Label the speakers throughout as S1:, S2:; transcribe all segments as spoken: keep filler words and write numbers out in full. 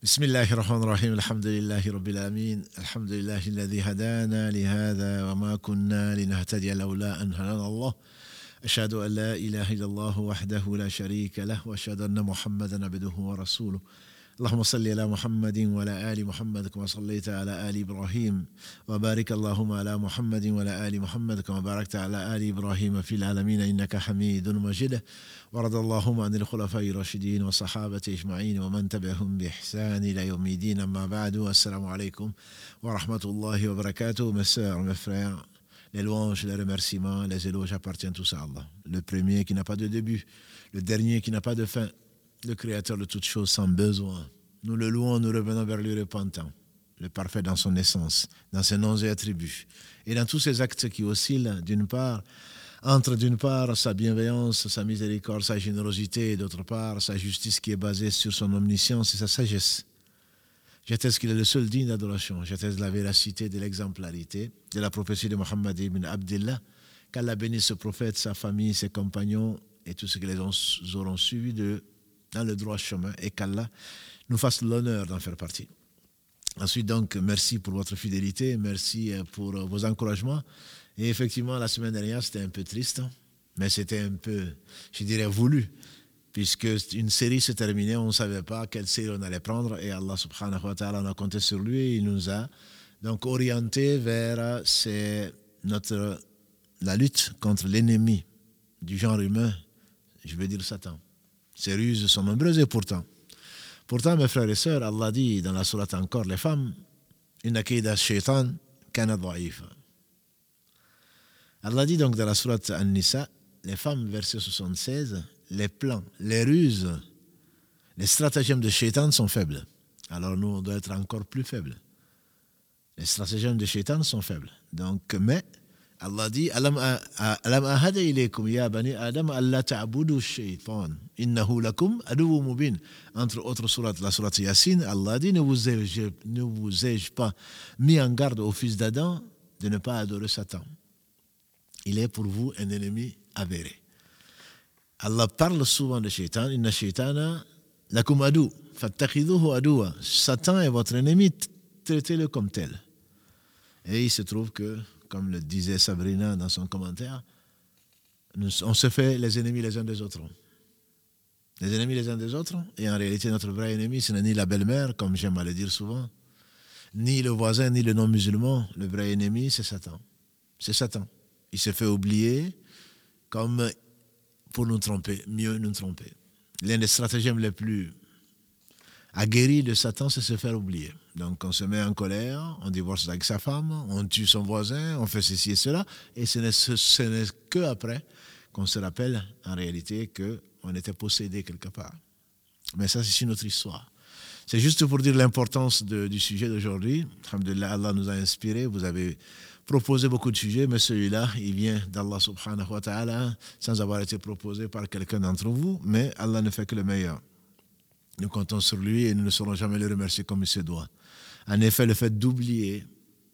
S1: بسم الله الرحمن الرحيم الحمد لله رب العالمين الحمد لله الذي هدانا لهذا وما كنا لنهتدي لولا أن هدانا الله أشهد أن لا إله إلا الله وحده لا شريك له وأشهد أن محمدا عبده ورسوله اللهم صل على محمد وعلى آل محمد كما صليت على آل إبراهيم وبارك اللهم على محمد وعلى آل محمد كما باركت على آل إبراهيم في العالمين إنك حميد مجيد ورضى اللهم عن الخلفاء الراشدين والصحابة أجمعين ومن تبعهم بإحسان إلى يوم الدين أما بعد السلام عليكم ورحمة الله وبركاته. Mes sœurs, mes frères, les louanges, les remerciements, les éloges appartiennent tous à Allah, le premier qui n'a pas de début, le dernier qui n'a pas de fin, le créateur de toutes choses sans besoin. Nous le louons, nous revenons vers lui repentant, le parfait dans son essence, dans ses noms et attributs, et dans tous ses actes qui oscillent d'une part, entre d'une part sa bienveillance, sa miséricorde, sa générosité, et d'autre part sa justice qui est basée sur son omniscience et sa sagesse. J'atteste qu'il est le seul digne d'adoration, j'atteste la véracité de l'exemplarité de la prophétie de Muhammad ibn Abdillah, qu'Allah bénisse ce prophète, sa famille, ses compagnons et tous ceux qui les ont, auront suivis de dans le droit chemin et qu'Allah nous fasse l'honneur d'en faire partie. Ensuite donc, merci pour votre fidélité, merci pour vos encouragements. Et effectivement, la semaine dernière, c'était un peu triste, mais c'était un peu, je dirais, voulu, puisque une série se terminait, on ne savait pas quelle série on allait prendre, et Allah subhanahu wa ta'ala, on a compté sur lui, et il nous a donc orienté vers c'est notre, la lutte contre l'ennemi du genre humain, je veux dire Satan. Ces ruses sont nombreuses et pourtant, pourtant mes frères et sœurs, Allah dit dans la sourate encore, les femmes, inna kayda shaytan kana dha'ifa. Allah dit donc dans la sourate An-Nisa, les femmes, verset soixante-seize, les plans, les ruses, les stratagèmes de shaytan sont faibles. Alors nous, on doit être encore plus faibles. Les stratagèmes de shaytan sont faibles. Donc, mais, Allah dit, alam ahada ilaykum ya bani adam alla ta'budu shaytan innahu lakum aduwwun mubin. Entre autres sourates, la sourate Yasin, Allah dit, ne vous ai-je, ne vous ai-je pas mis en garde au fils d'Adam de ne pas adorer Satan. Il est pour vous un ennemi avéré. Allah parle souvent de shaytan, inna shaytana lakum adu fattakhidhuhu aduwa. Satan est votre ennemi, traitez-le comme tel. Et il se trouve que, comme le disait Sabrina dans son commentaire, nous, on se fait les ennemis les uns des autres. Les ennemis les uns des autres, et en réalité notre vrai ennemi, ce n'est ni la belle-mère, comme j'aime à le dire souvent, ni le voisin, ni le non-musulman. Le vrai ennemi, c'est Satan. C'est Satan. Il se fait oublier comme pour nous tromper, mieux nous tromper. L'un des stratagèmes les plus aguerris de Satan, c'est se faire oublier. Donc on se met en colère, on divorce avec sa femme, on tue son voisin, on fait ceci et cela, et ce n'est, ce, ce n'est qu'après qu'on se rappelle en réalité qu'on était possédé quelque part. Mais ça, c'est une autre histoire. C'est juste pour dire l'importance de, du sujet d'aujourd'hui. Alhamdulillah, Allah nous a inspirés, vous avez proposé beaucoup de sujets, mais celui-là, il vient d'Allah subhanahu wa ta'ala, sans avoir été proposé par quelqu'un d'entre vous, mais Allah ne fait que le meilleur. Nous comptons sur lui et nous ne saurons jamais le remercier comme il se doit. En effet, le fait d'oublier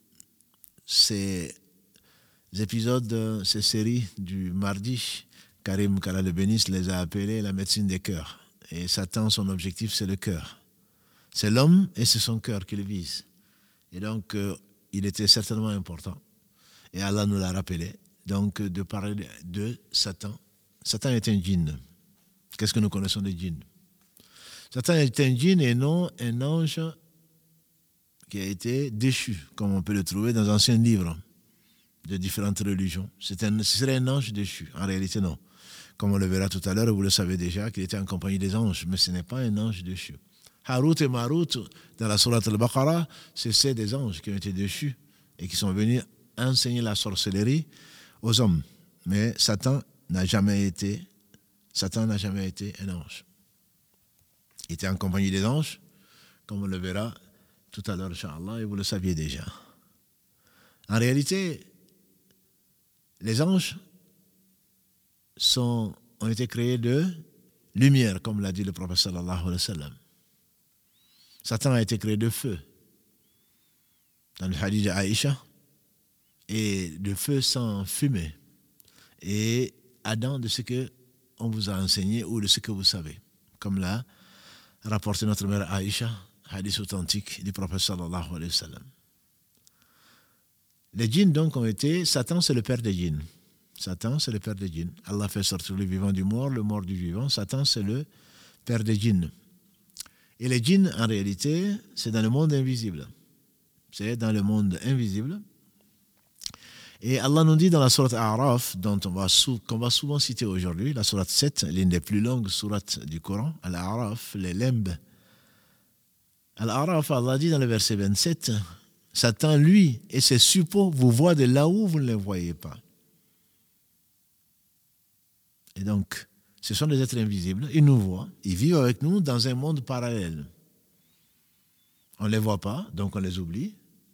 S1: ces épisodes, ces séries du mardi, Karim qu'Allah le bénisse les a appelés la médecine des cœurs. Et Satan, son objectif, c'est le cœur. C'est l'homme et c'est son cœur qu'il vise. Et donc, euh, il était certainement important. Et Allah nous l'a rappelé. Donc, de parler de Satan. Satan est un djinn. Qu'est-ce que nous connaissons des djinns? Satan est un djinn et non un ange qui a été déchu, comme on peut le trouver dans d'anciens livres de différentes religions. C'est un, ce serait un ange déchu. En réalité, non. Comme on le verra tout à l'heure, vous le savez déjà, qu'il était en compagnie des anges, mais ce n'est pas un ange déchu. Harut et Marut, dans la sourate Al-Baqarah, c'est des anges qui ont été déchus et qui sont venus enseigner la sorcellerie aux hommes. Mais Satan n'a jamais été, Satan n'a jamais été un ange. Il était en compagnie des anges, comme on le verra tout à l'heure, Inch'Allah, et vous le saviez déjà. En réalité, les anges sont, ont été créés de lumière, comme l'a dit le prophète sallallahu alayhi wa sallam. Satan a été créé de feu, dans le hadith d'Aïcha, et de feu sans fumée, et Adam de ce qu'on vous a enseigné ou de ce que vous savez, comme l'a rapporté notre mère Aïcha, hadith authentique du prophète sallallahu alayhi wa sallam. Les djinns donc ont été, Satan c'est le père des djinns. Satan c'est le père des djinns. Allah fait sortir le vivant du mort, le mort du vivant. Satan c'est le père des djinns. Et les djinns en réalité c'est dans le monde invisible. C'est dans le monde invisible. Et Allah nous dit dans la sourate A'raf, dont on va sou- qu'on va souvent citer aujourd'hui, la sourate sept, l'une des plus longues sourates du Coran, Al-A'raf, les limbes. Al-A'raf, Allah dit dans le verset vingt-sept, Satan, lui, et ses suppôts vous voient de là où vous ne les voyez pas. Et donc, ce sont des êtres invisibles, ils nous voient, ils vivent avec nous dans un monde parallèle. On ne les voit pas, donc on les oublie.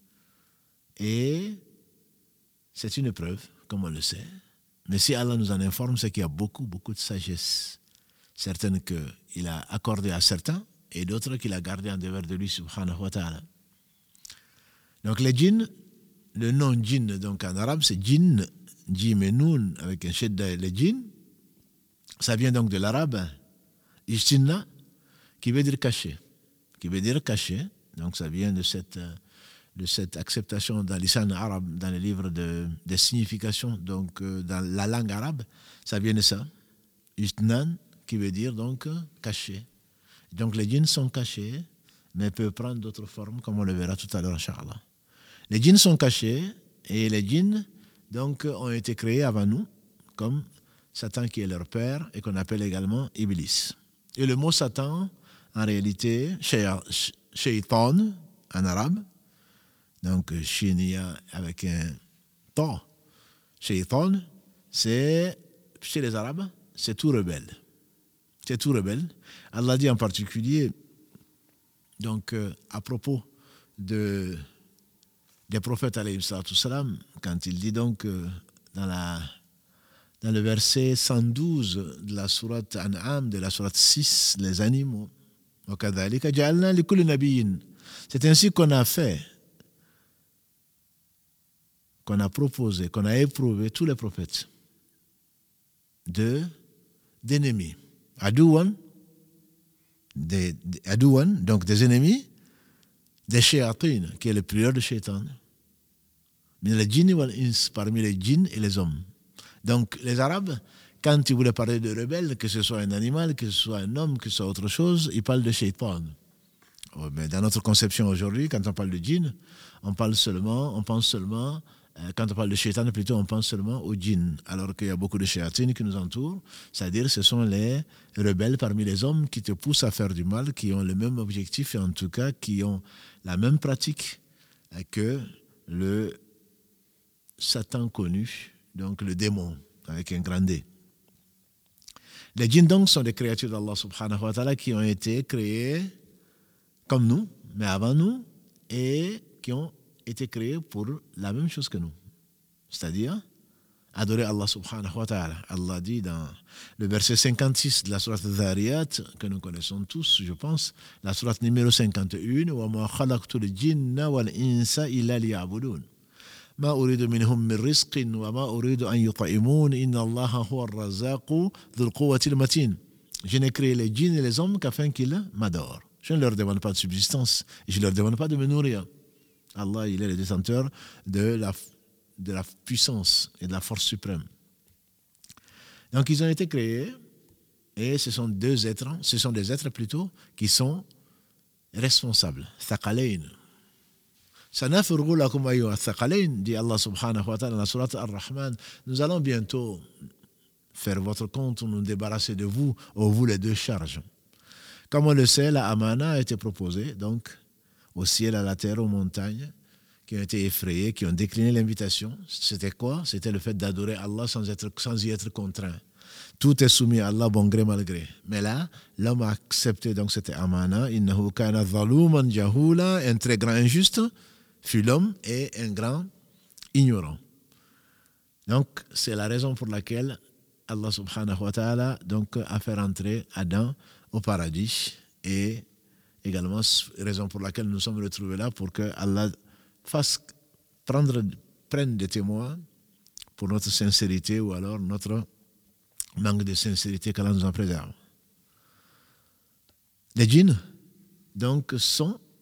S1: Et c'est une preuve, comme on le sait. Mais si Allah nous en informe, c'est qu'il y a beaucoup, beaucoup de sagesse. Certaines qu'il a accordées à certains et d'autres qu'il a gardées en devers de lui, subhanahu wa ta'ala. Donc les djinns, le nom djinn donc en arabe, c'est djinn, djim et noun, avec un shedda, les djinns. Ça vient donc de l'arabe, ijtinna, qui veut dire caché. Qui veut dire caché. Donc ça vient de cette, de cette acceptation dans l'islam arabe, dans les livres de, de signification, donc euh, dans la langue arabe, ça vient de ça. Ijtnan, qui veut dire donc caché. Donc les djinns sont cachés, mais peuvent prendre d'autres formes, comme on le verra tout à l'heure, Inch'Allah. Les djinns sont cachés, et les djinns donc, ont été créés avant nous, comme Satan qui est leur père, et qu'on appelle également Iblis. Et le mot Satan, en réalité, shaytan, en arabe, donc shinia avec un ta, shaytan, c'est, chez les Arabes, c'est tout rebelle. C'est tout rebelle. Allah dit en particulier, donc euh, à propos de, des prophètes alayhi salam, quand il dit donc euh, dans, la, dans le verset cent douze de la sourate An'am, de la sourate six, les animaux, c'est ainsi qu'on a fait, qu'on a proposé, qu'on a éprouvé tous les prophètes de, d'ennemis. Adouan, des, des adouan, donc des ennemis, des shayatines, qui est le pluriel de shaitan. Mais les djinns wal ins, parmi les djinns et les hommes. Donc les Arabes, quand ils voulaient parler de rebelles, que ce soit un animal, que ce soit un homme, que ce soit autre chose, ils parlent de shaitan. Oh, mais dans notre conception aujourd'hui, quand on parle de djinn, on parle seulement, on pense seulement, euh, quand on parle de shaitan, plutôt on pense seulement aux djinns, alors qu'il y a beaucoup de shayatines qui nous entourent, c'est-à-dire ce sont les rebelles parmi les hommes qui te poussent à faire du mal, qui ont le même objectif et en tout cas qui ont la même pratique euh, que le Satan connu, donc le démon, avec un grand D. Les djinns donc sont des créatures d'Allah subhanahu wa ta'ala qui ont été créées comme nous, mais avant nous, et qui ont été créés pour la même chose que nous. C'est-à-dire, adorer Allah subhanahu wa ta'ala. Allah dit dans le verset cinquante-six de la sourate Dhariyat, que nous connaissons tous, je pense, la sourate numéro cinquante et un, وَمَا خَلَقْتُ الْجِنَّ وَالْإِنسَ إِلَّا لِيَعْبُدُونَ ما أريد منهم من رزق وما أريد أن يطعمون إن الله هو الرزاق ذو القوة المتين. Je n'ai créé les djinns et les hommes qu'afin qu'ils m'adorent. Je ne leur demande pas de subsistance, je ne leur demande pas de me nourrir. Allah, il est le détenteur de la, de la puissance et de la force suprême. Donc ils ont été créés, et ce sont deux êtres, ce sont des êtres plutôt, qui sont responsables. Thaqalayn. Sanafurgu lakum ayyuha thaqalayn, dit Allah subhanahu wa ta'ala dans la sourate Ar-Rahman. Nous allons bientôt faire votre compte, nous débarrasser de vous, ou vous les deux charges. Comme on le sait, la amana a été proposée, donc, au ciel, à la terre, aux montagnes, qui ont été effrayées, qui ont décliné l'invitation. C'était quoi? C'était le fait d'adorer Allah sans, être, sans y être contraint. Tout est soumis à Allah, bon gré, mal gré. Mais là, l'homme a accepté donc cette amana. Innahu kana zaluman jahula, un très grand injuste fut l'homme et un grand ignorant. Donc, c'est la raison pour laquelle Allah subhanahu wa ta'ala donc, a fait rentrer Adam au paradis et également raison pour laquelle nous sommes retrouvés là pour que Allah fasse prendre, prenne des témoins pour notre sincérité ou alors notre manque de sincérité qu'Allah nous en préserve. Les djinns donc sont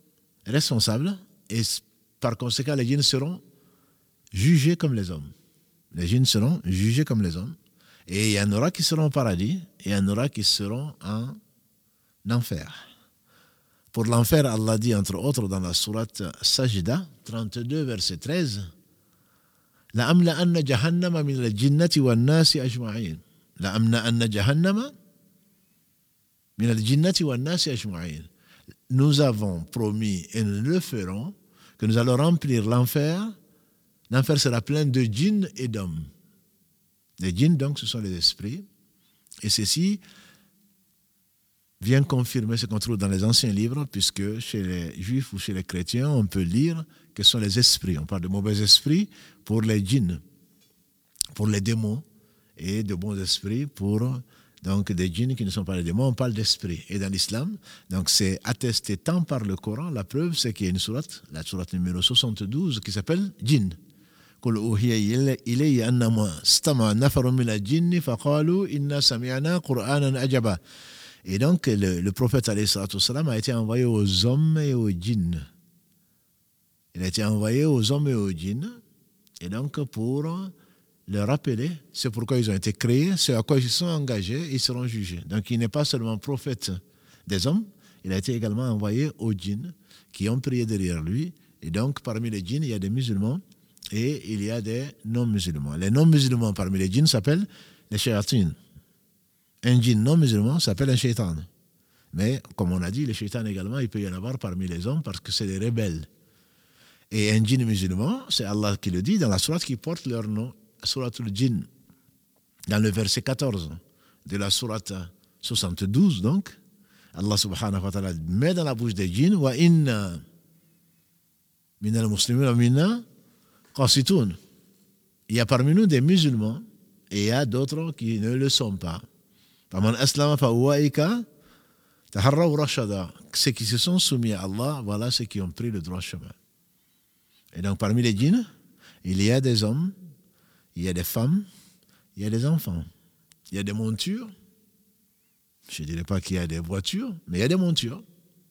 S1: responsables et par conséquent les djinns seront jugés comme les hommes. Les djinns seront jugés comme les hommes. Et il y en aura qui seront au paradis et il y en aura qui seront en enfer. Pour l'enfer, Allah dit entre autres dans la sourate Sajda, trente-deux, verset treize, La amla anna jahannama min al-jinnati wa nasi ajma'in. La amla anna jahannama min al-jinnati wa nasi ajma'in. Nous avons promis et nous le ferons que nous allons remplir l'enfer. L'enfer sera plein de djinns et d'hommes. Les djinns, donc, ce sont les esprits. Et ceci vient confirmer ce qu'on trouve dans les anciens livres, puisque chez les juifs ou chez les chrétiens, on peut lire que ce sont les esprits. On parle de mauvais esprits pour les djinns, pour les démons, et de bons esprits pour donc, des djinns qui ne sont pas les démons. On parle d'esprits. Et dans l'islam, donc c'est attesté tant par le Coran, la preuve, c'est qu'il y a une sourate, la sourate numéro soixante-douze, qui s'appelle Djinn. قل أوحي إلي أنما استمع نفر من الجن فقالوا إنا سمعنا قرآنا عجبا. Et donc, le, le prophète alayhi salatu wassalam a été envoyé aux hommes et aux djinns. Il a été envoyé aux hommes et aux djinns. Et donc, pour leur rappeler, c'est pourquoi ils ont été créés, c'est à quoi ils sont engagés, ils seront jugés. Donc, il n'est pas seulement prophète des hommes, il a été également envoyé aux djinns qui ont prié derrière lui. Et donc, parmi les djinns, il y a des musulmans et il y a des non-musulmans. Les non-musulmans parmi les djinns s'appellent les shayatines. Un djinn non-musulman s'appelle un shaitan. Mais, comme on a dit, les shaitans également, il peut y en avoir parmi les hommes parce que c'est des rebelles. Et un djinn musulman, c'est Allah qui le dit dans la sourate qui porte leur nom, Suratul Djinn. Dans le verset quatorze de la sourate soixante-douze, donc, Allah subhanahu wa ta'ala met dans la bouche des djinns wa inna min al-muslimin wa minna qasitun. Il y a parmi nous des musulmans et il y a d'autres qui ne le sont pas. Faman aslama fa uwaika taharraw rashada. Ceux qui se sont soumis à Allah, voilà ceux qui ont pris le droit chemin. Et donc parmi les djinns, il y a des hommes, il y a des femmes, il y a des enfants, il y a des montures. Je ne dirais pas qu'il y a des voitures, mais il y a des montures.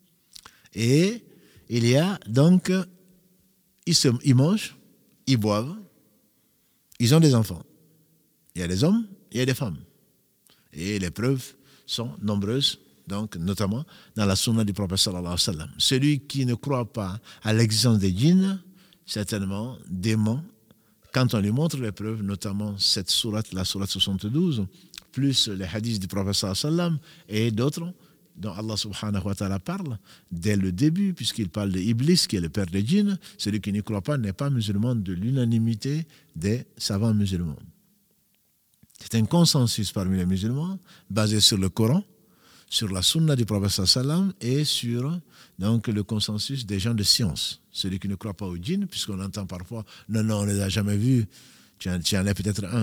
S1: Et il y a donc, ils, se, ils mangent, ils boivent, ils ont des enfants. Il y a des hommes, il y a des femmes. Et les preuves sont nombreuses, donc notamment dans la sunna du prophète sallallahu alayhi wa sallam. Celui qui ne croit pas à l'existence des djinns, certainement dément, quand on lui montre les preuves, notamment cette sourate, la sourate soixante-douze, plus les hadiths du prophète sallallahu alayhi wa sallam et d'autres dont Allah subhanahu wa ta'ala parle dès le début, puisqu'il parle d'Iblis, qui est le père des djinns. Celui qui n'y croit pas n'est pas musulman de l'unanimité des savants musulmans. C'est un consensus parmi les musulmans, basé sur le Coran, sur la sunna du prophète sallallahu alayhi wa sallam et sur donc, le consensus des gens de science. Celui qui ne croit pas aux djinns, puisqu'on entend parfois « non, non, on ne les a jamais vus, tu en, tu en es peut-être un ».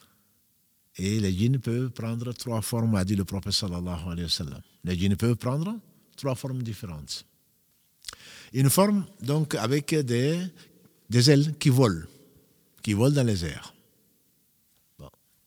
S1: Et les djinns peuvent prendre trois formes, a dit le prophète sallallahu alayhi wa sallam. Les djinns peuvent prendre trois formes différentes. Une forme, donc, avec des, des ailes qui volent, qui volent dans les airs. Bon.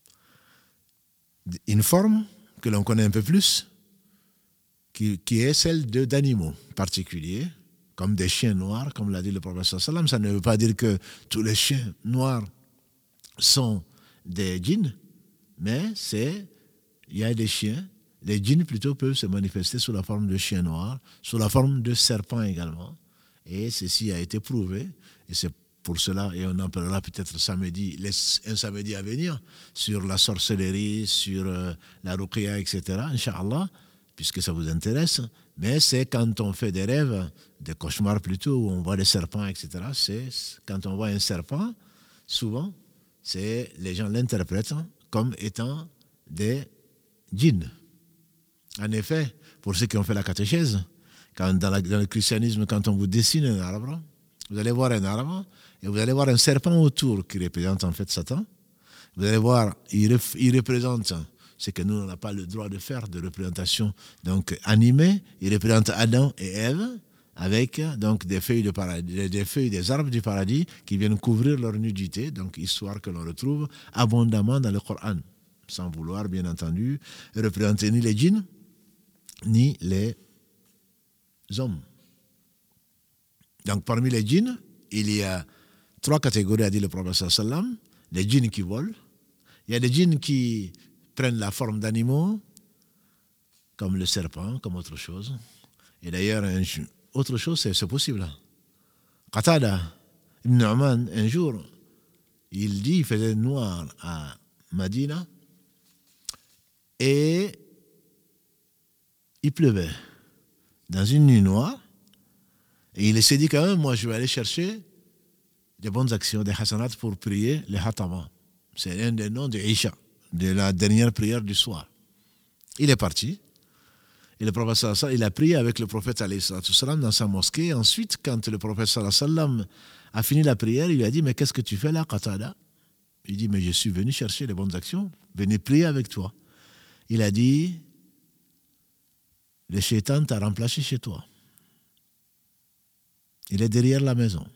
S1: Une forme que l'on connaît un peu plus, qui, qui est celle de, d'animaux particuliers, comme des chiens noirs, comme l'a dit le prophète sallallahu alayhi wa sallam. Ça ne veut pas dire que tous les chiens noirs sont des djinns, mais c'est, il y a des chiens, les djinns plutôt peuvent se manifester sous la forme de chiens noirs, sous la forme de serpents également. Et ceci a été prouvé, et c'est pour cela, et on en parlera peut-être samedi, un samedi à venir, sur la sorcellerie, sur la ruqya, et cetera, Inch'Allah, puisque ça vous intéresse. Mais c'est quand on fait des rêves, des cauchemars plutôt, où on voit des serpents, et cetera. C'est quand on voit un serpent, souvent, c'est, les gens l'interprètent comme étant des djinns. En effet, pour ceux qui ont fait la catéchèse, quand dans, la, dans le christianisme, quand on vous dessine un arbre, vous allez voir un arbre et vous allez voir un serpent autour qui représente en fait Satan. Vous allez voir, il, ref, il représente ce que nous, on n'a pas le droit de faire, de représentation donc animée. Il représente Adam et Ève avec donc des feuilles de paradis, des feuilles des arbres du paradis qui viennent couvrir leur nudité, donc histoire que l'on retrouve abondamment dans le Coran, sans vouloir bien entendu représenter ni les djinns ni les hommes. Donc parmi les djinns, il y a trois catégories, a dit le prophète sallallahu alayhi wa sallam. Les djinns qui volent, il y a des djinns qui prennent la forme d'animaux, comme le serpent, comme autre chose. Et d'ailleurs, un, autre chose, c'est, c'est possible. Qatada ibn Nu'man, un jour, il dit, il faisait noir à Madina, et il pleuvait dans une nuit noire, et il s'est dit quand même, moi je vais aller chercher des bonnes actions, des hasanat pour prier les hatama. C'est un des noms de Isha, de la dernière prière du soir. Il est parti, et le prophète sallallahu alayhi wa sallam, il a prié avec le prophète alayhi sallam dans sa mosquée. Ensuite, quand le prophète sallallahu alayhi wa sallam a fini la prière, il lui a dit, mais qu'est-ce que tu fais là, Qatada? Il dit, mais je suis venu chercher les bonnes actions, venir prier avec toi. Il a dit, le shaitan t'a remplacé chez toi. Il est derrière la maison.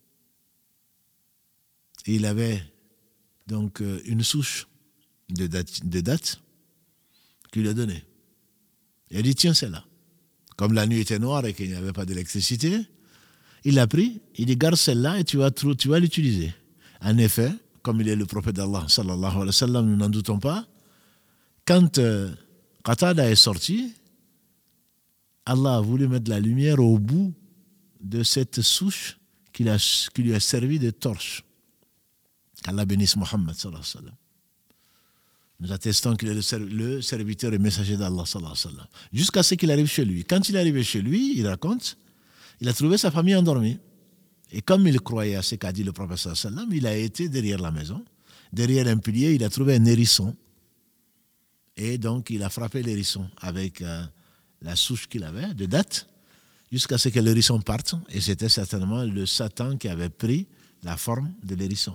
S1: Et il avait donc une souche de date, de date qu'il lui a donnée. Il a dit, tiens, c'est là. Comme la nuit était noire et qu'il n'y avait pas d'électricité, il l'a pris, il dit, garde celle-là et tu vas, tu vas l'utiliser. En effet, comme il est le prophète d'Allah, sallallahu alayhi wa sallam, nous n'en doutons pas, quand euh, Qatada est sorti, Allah a voulu mettre la lumière au bout de cette souche qui, a, qui lui a servi de torche. Qu'Allah bénisse Mohammed, sallallahu alayhi wa sallam. Nous attestons qu'il est le, serv- le serviteur et messager d'Allah, sallallahu alayhi wa sallam. Jusqu'à ce qu'il arrive chez lui. Quand il est arrivé chez lui, il raconte, il a trouvé sa famille endormie. Et comme il croyait à ce qu'a dit le prophète sallallahu alayhi wa sallam, il a été derrière la maison. Derrière un pilier, il a trouvé un hérisson. Et donc, il a frappé l'hérisson avec euh, la souche qu'il avait de date, jusqu'à ce que l'hérisson parte. Et c'était certainement le Satan qui avait pris la forme de l'hérisson.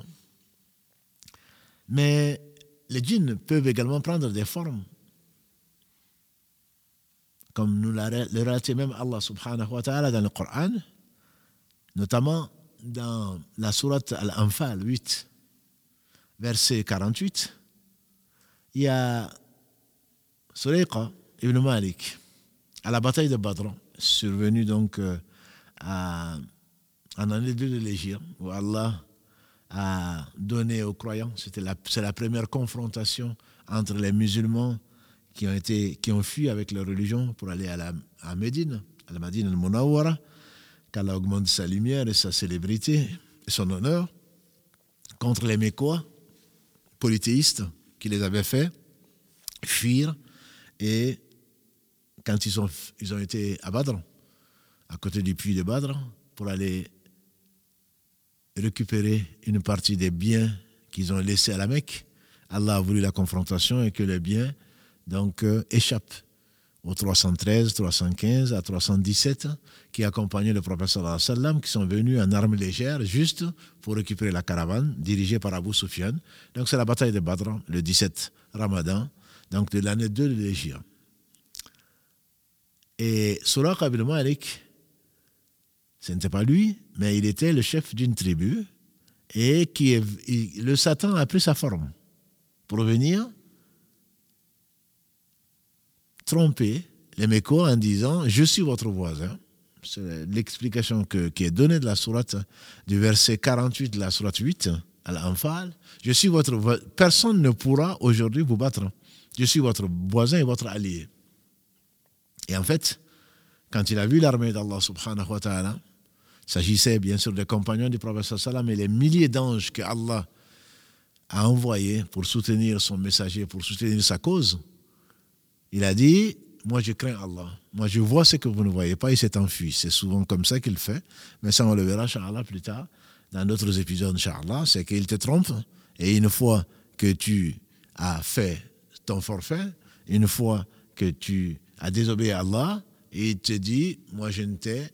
S1: Mais les djinns peuvent également prendre des formes, comme nous l'a relaté même Allah subhanahu wa ta'ala dans le Coran, notamment dans la sourate Al-Anfal huit, verset quarante-huit. Il y a Surayqa ibn Malik, à la bataille de Badr, survenue donc euh, à, en année deux de l'Hégire, où Allah a donné aux croyants, c'était la, c'est la première confrontation entre les musulmans qui ont, été, qui ont fui avec leur religion pour aller à, la, à Médine, à la Médine al-Munawwara, qu'Allah augmente sa lumière et sa célébrité et son honneur, contre les Mécois, polythéistes, qui les avaient fait fuir. Et quand ils ont, ils ont été à Badr, à côté du puits de Badr, pour aller récupérer une partie des biens qu'ils ont laissés à la Mecque, Allah a voulu la confrontation et que les biens donc euh, échappent aux trois cent treize, trois cent quinze à trois cent dix-sept qui accompagnaient le prophète sallallahu alayhi wa sallam, qui sont venus en armes légères juste pour récupérer la caravane dirigée par Abu Sufyan. Donc c'est la bataille de Badr, le dix-sept Ramadan, donc de l'année deux de l'Hégire. Et Surayqa ibn Malik, ce n'était pas lui, mais il était le chef d'une tribu et qui est, il, le Satan a pris sa forme pour venir tromper les Mécois en disant « Je suis votre voisin ». C'est l'explication que, qui est donnée de la sourate, du verset quarante-huit de la sourate huit, à l'Anfal. « Je suis votre voisin. Personne ne pourra aujourd'hui vous battre. Je suis votre voisin et votre allié. » Et en fait, quand il a vu l'armée d'Allah subhanahu wa ta'ala, il s'agissait bien sûr des compagnons du prophète sallallahu alayhi wa sallam et les milliers d'anges que Allah a envoyés pour soutenir son messager, pour soutenir sa cause. Il a dit, moi je crains Allah, moi je vois ce que vous ne voyez pas, il s'est enfui. C'est souvent comme ça qu'il fait, mais ça on le verra, Inch'Allah, plus tard, dans d'autres épisodes, Inch'Allah, c'est qu'il te trompe, et une fois que tu as fait ton forfait, une fois que tu as désobéi à Allah, il te dit, moi je ne t'ai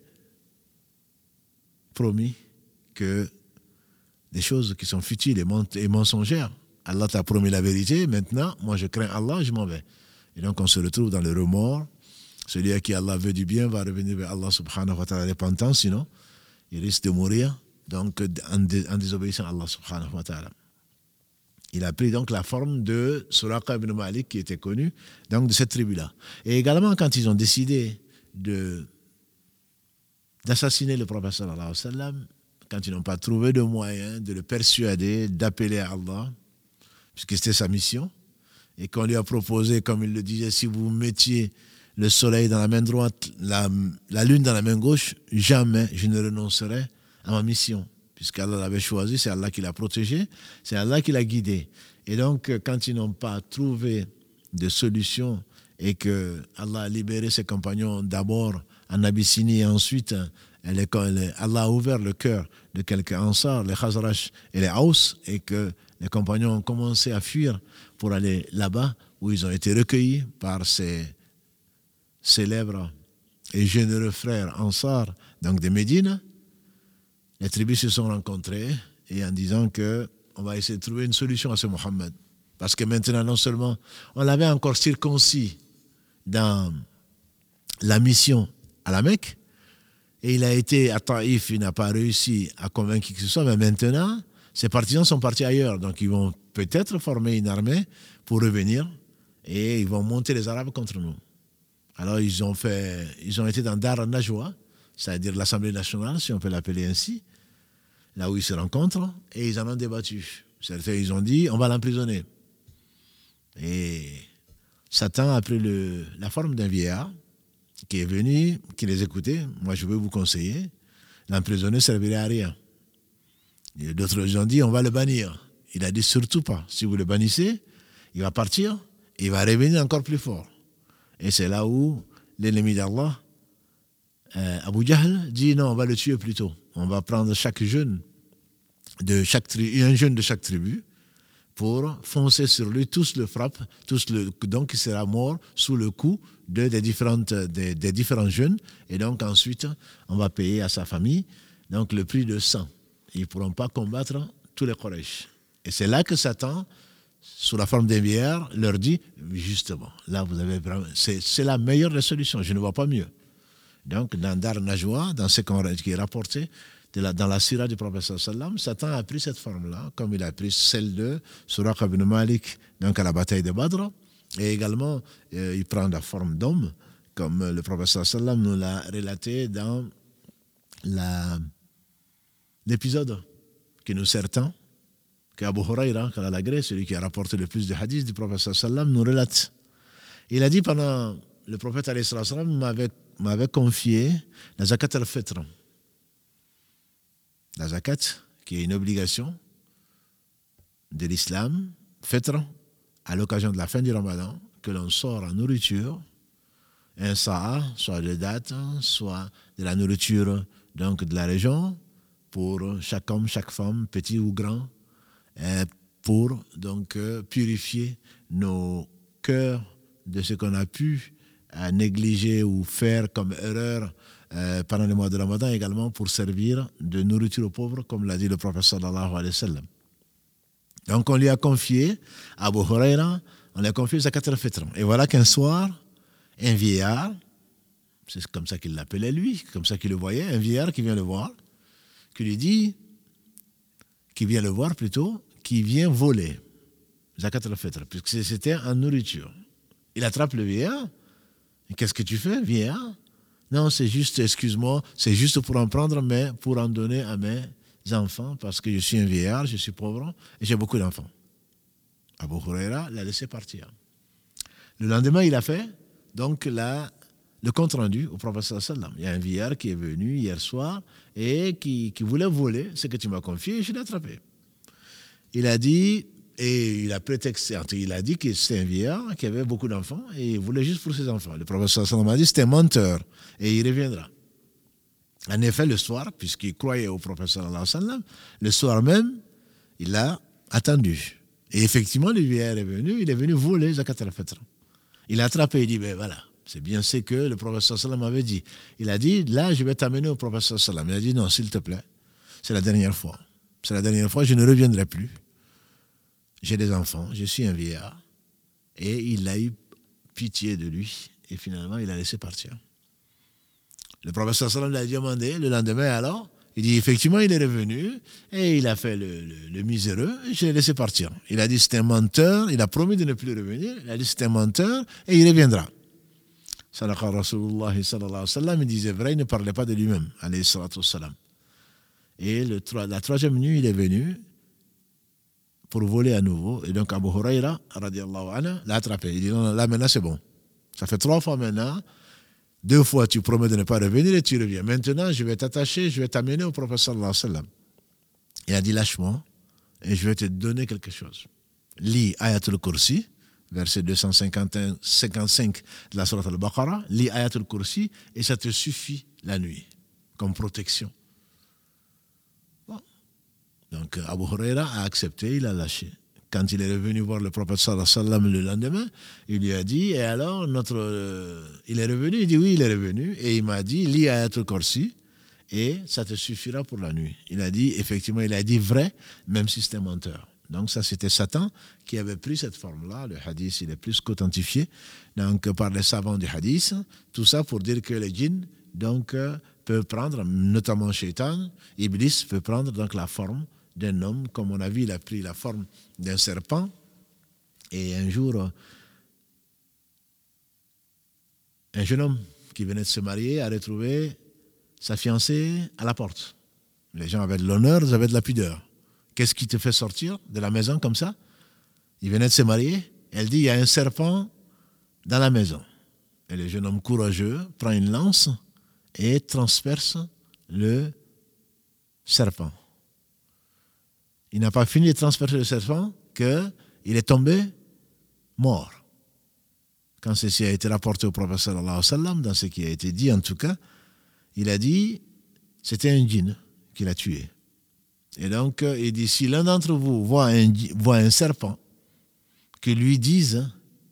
S1: promis que des choses qui sont futiles et mensongères. Allah t'a promis la vérité, maintenant, moi je crains Allah, je m'en vais. Et donc on se retrouve dans le remords. Celui à qui Allah veut du bien va revenir vers Allah subhanahu wa ta'ala repentant, sinon il risque de mourir donc en, dé, en désobéissant à Allah subhanahu wa ta'ala. Il a pris donc la forme de Surayqa ibn Malik qui était connu donc de cette tribu-là. Et également quand ils ont décidé de d'assassiner le prophète sallallahu alayhi wa sallam quand ils n'ont pas trouvé de moyen de le persuader d'appeler à Allah, puisque c'était sa mission, et qu'on lui a proposé, comme il le disait, si vous mettiez le soleil dans la main droite, la, la lune dans la main gauche, jamais je ne renoncerai à ma mission, puisqu'Allah l'avait choisi, c'est Allah qui l'a protégé, c'est Allah qui l'a guidé. Et donc, quand ils n'ont pas trouvé de solution et que Allah a libéré ses compagnons d'abord en Abyssinie et ensuite Allah a ouvert le cœur de quelques Ansar, les Khazraj et les Haus, et que les compagnons ont commencé à fuir pour aller là-bas où ils ont été recueillis par ces célèbres et généreux frères Ansar, donc de Médine. Les tribus se sont rencontrées et en disant que on va essayer de trouver une solution à ce Mohammed. Parce que maintenant, non seulement on l'avait encore circoncis dans la mission à la Mecque, et il a été à Taïf, il n'a pas réussi à convaincre qui que ce soit, mais maintenant, ses partisans sont partis ailleurs. Donc ils vont peut-être former une armée pour revenir et ils vont monter les Arabes contre nous. Alors ils ont fait, ils ont été dans Dar al-Najwa, c'est-à-dire l'Assemblée nationale, si on peut l'appeler ainsi, là où ils se rencontrent, et ils en ont débattu. Certains, ils ont dit, on va l'emprisonner. Et Satan a pris le, la forme d'un vieillard qui est venu, qui les écoutait. Moi, je veux vous conseiller, l'emprisonner ne servirait à rien. Et d'autres ils ont dit, on va le bannir. Il a dit, surtout pas. Si vous le bannissez, il va partir, et il va revenir encore plus fort. Et c'est là où l'ennemi d'Allah, euh, Abu Jahl, dit, non, on va le tuer plutôt. On va prendre chaque jeune de chaque tribu, un jeune de chaque tribu, pour foncer sur lui, tous le frappent, tous le, donc il sera mort sous le coup de, des, différentes, des, des différents jeunes, et donc ensuite on va payer à sa famille donc le prix de sang. Ils ne pourront pas combattre tous les Quraysh. Et c'est là que Satan, sous la forme d'un vieillard, leur dit, justement, là vous avez vraiment, c'est, c'est la meilleure des solutions, je ne vois pas mieux. Donc dans Dar Najwa, dans ce qui est rapporté, de la, dans la sira du prophète sallam, Satan a pris cette forme-là, comme il a pris celle de Suraq ibn Malik, donc à la bataille de Badr, et également euh, il prend la forme d'homme, comme le prophète sallam nous l'a relaté dans la, l'épisode qui nous sert tant, qu'Abu Huraira, qu'Al-Alagré, celui qui a rapporté le plus de hadiths du prophète sallam, nous relate. Il a dit pendant, le prophète sallam m'avait, m'avait confié la zakat al-fitr. La zakat, qui est une obligation de l'islam, fitr, à l'occasion de la fin du ramadan, que l'on sort en nourriture, un sa'a, soit de date, soit de la nourriture donc de la région, pour chaque homme, chaque femme, petit ou grand, pour donc purifier nos cœurs de ce qu'on a pu négliger ou faire comme erreur Euh, pendant le mois de Ramadan, également pour servir de nourriture aux pauvres, comme l'a dit le prophète sallallahu alayhi wa sallam. Donc on lui a confié, à Abu Huraira, on lui a confié zakat al-fitr. Et voilà qu'un soir, un vieillard, c'est comme ça qu'il l'appelait lui, comme ça qu'il le voyait, un vieillard qui vient le voir, qui lui dit, qui vient le voir plutôt, qui vient voler zakat al-fitr, puisque c'était en nourriture. Il attrape le vieillard, et qu'est-ce que tu fais, vieillard? Non, c'est juste, excuse-moi, c'est juste pour en prendre, mais pour en donner à mes enfants, parce que je suis un vieillard, je suis pauvre, et j'ai beaucoup d'enfants. Abu Huraira l'a laissé partir. Le lendemain, il a fait, donc, la, le compte rendu au prophète sallam. Il y a un vieillard qui est venu hier soir, et qui, qui voulait voler ce que tu m'as confié, et je l'ai attrapé. Il a dit, et il a prétexté, il a dit que c'était un vieillard qui avait beaucoup d'enfants et il voulait juste pour ses enfants. Le prophète sallam a dit c'était un menteur et il reviendra. En effet, le soir, puisqu'il croyait au prophète sallam, le soir même, il a attendu. Et effectivement, le vieillard est venu, il est venu voler zakat al-fitr. Il a attrapé, il dit, ben voilà, c'est bien ce que le prophète sallam avait dit. Il a dit, là, je vais t'amener au prophète sallam. Il a dit, non, s'il te plaît, c'est la dernière fois. C'est la dernière fois, je ne reviendrai plus. J'ai des enfants, je suis un vieillard. Et il a eu pitié de lui. Et finalement, il a laissé partir. Le prophète sallam l'a demandé le lendemain alors. Il dit, effectivement, il est revenu. Et il a fait le, le, le miséreux. Et je l'ai laissé partir. Il a dit, c'est un menteur. Il a promis de ne plus revenir. Il a dit, c'est un menteur. Et il reviendra. Sadaqa Rasulullah sallallahu alayhi wa sallam, il disait vrai, il ne parlait pas de lui-même, alayhi salatu wa salam. Et le, la troisième nuit, il est venu pour voler à nouveau. Et donc Abu Huraira, radiallahu anhu, l'a attrapé. Il dit non, là maintenant c'est bon. Ça fait trois fois maintenant. Deux fois tu promets de ne pas revenir et tu reviens. Maintenant je vais t'attacher, je vais t'amener au prophète sallallahu alayhi wa sallam. Il a dit lâche-moi et je vais te donner quelque chose. Lis Ayatul Kursi, verset deux cent cinquante-cinq de la sourate Al-Baqarah. Lis Ayatul Kursi et ça te suffit la nuit comme protection. Bon. Donc Abu Huraira a accepté, il a lâché. Quand il est revenu voir le prophète sallallahu alayhi wa sallam le lendemain, il lui a dit, et alors, notre, euh, il est revenu, il dit oui, il est revenu, et il m'a dit, lis Ayatul Kursi, et ça te suffira pour la nuit. Il a dit, effectivement, il a dit vrai, même si c'était menteur. Donc ça, c'était Satan qui avait pris cette forme-là. Le hadith, il est plus qu'authentifié donc, par les savants du hadith. Tout ça pour dire que les djinns donc, euh, peuvent prendre, notamment Shaitan, Iblis peut prendre donc, la forme d'un homme. Comme on a vu, il a pris la forme d'un serpent. Et un jour, un jeune homme qui venait de se marier a retrouvé sa fiancée à la porte. Les gens avaient de l'honneur, ils avaient de la pudeur. Qu'est-ce qui te fait sortir de la maison comme ça? Il venait de se marier. Elle dit, il y a un serpent dans la maison. Et le jeune homme courageux prend une lance et transperce le serpent. Il n'a pas fini de transpercer le serpent qu'il est tombé mort. Quand ceci a été rapporté au prophète sallallahu alayhi wa sallam, dans ce qui a été dit en tout cas, il a dit, c'était un djinn qui l'a tué. Et donc, il dit, si l'un d'entre vous voit un, voit un serpent, que lui dise,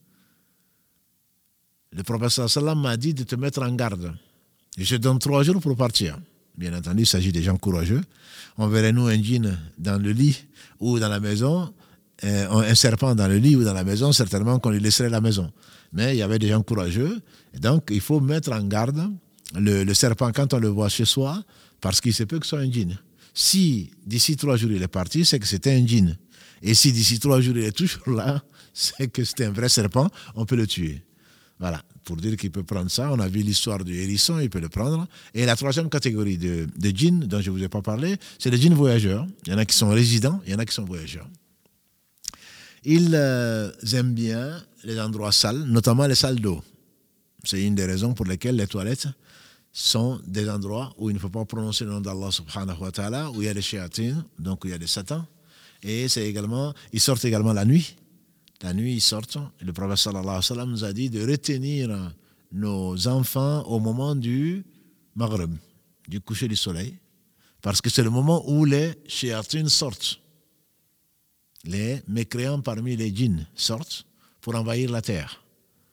S1: le prophète sallallahu alayhi wa sallam m'a dit de te mettre en garde. Et je donne trois jours pour partir. Bien entendu, il s'agit des gens courageux. On verrait nous un djinn dans le lit ou dans la maison, un serpent dans le lit ou dans la maison, certainement qu'on lui laisserait la maison. Mais il y avait des gens courageux. Et donc, il faut mettre en garde le, le serpent quand on le voit chez soi, parce qu'il se peut que ce soit un djinn. Si d'ici trois jours il est parti, c'est que c'était un djinn. Et si d'ici trois jours il est toujours là, c'est que c'était un vrai serpent, on peut le tuer. Voilà, pour dire qu'il peut prendre ça. On a vu l'histoire du hérisson, il peut le prendre. Et la troisième catégorie de, de djinns, dont je ne vous ai pas parlé, c'est les djinns voyageurs. Il y en a qui sont résidents, il y en a qui sont voyageurs. Ils euh, aiment bien les endroits sales, notamment les salles d'eau. C'est une des raisons pour lesquelles les toilettes sont des endroits où il ne faut pas prononcer le nom d'Allah subhanahu wa ta'ala, où il y a des shayatines, donc où il y a des satans. Et c'est également, ils sortent également la nuit. La nuit, ils sortent. Et le prophète sallallahu alayhi wa sallam nous a dit de retenir nos enfants au moment du maghrib, du coucher du soleil, parce que c'est le moment où les shayatines sortent. Les mécréants parmi les djinns sortent pour envahir la terre.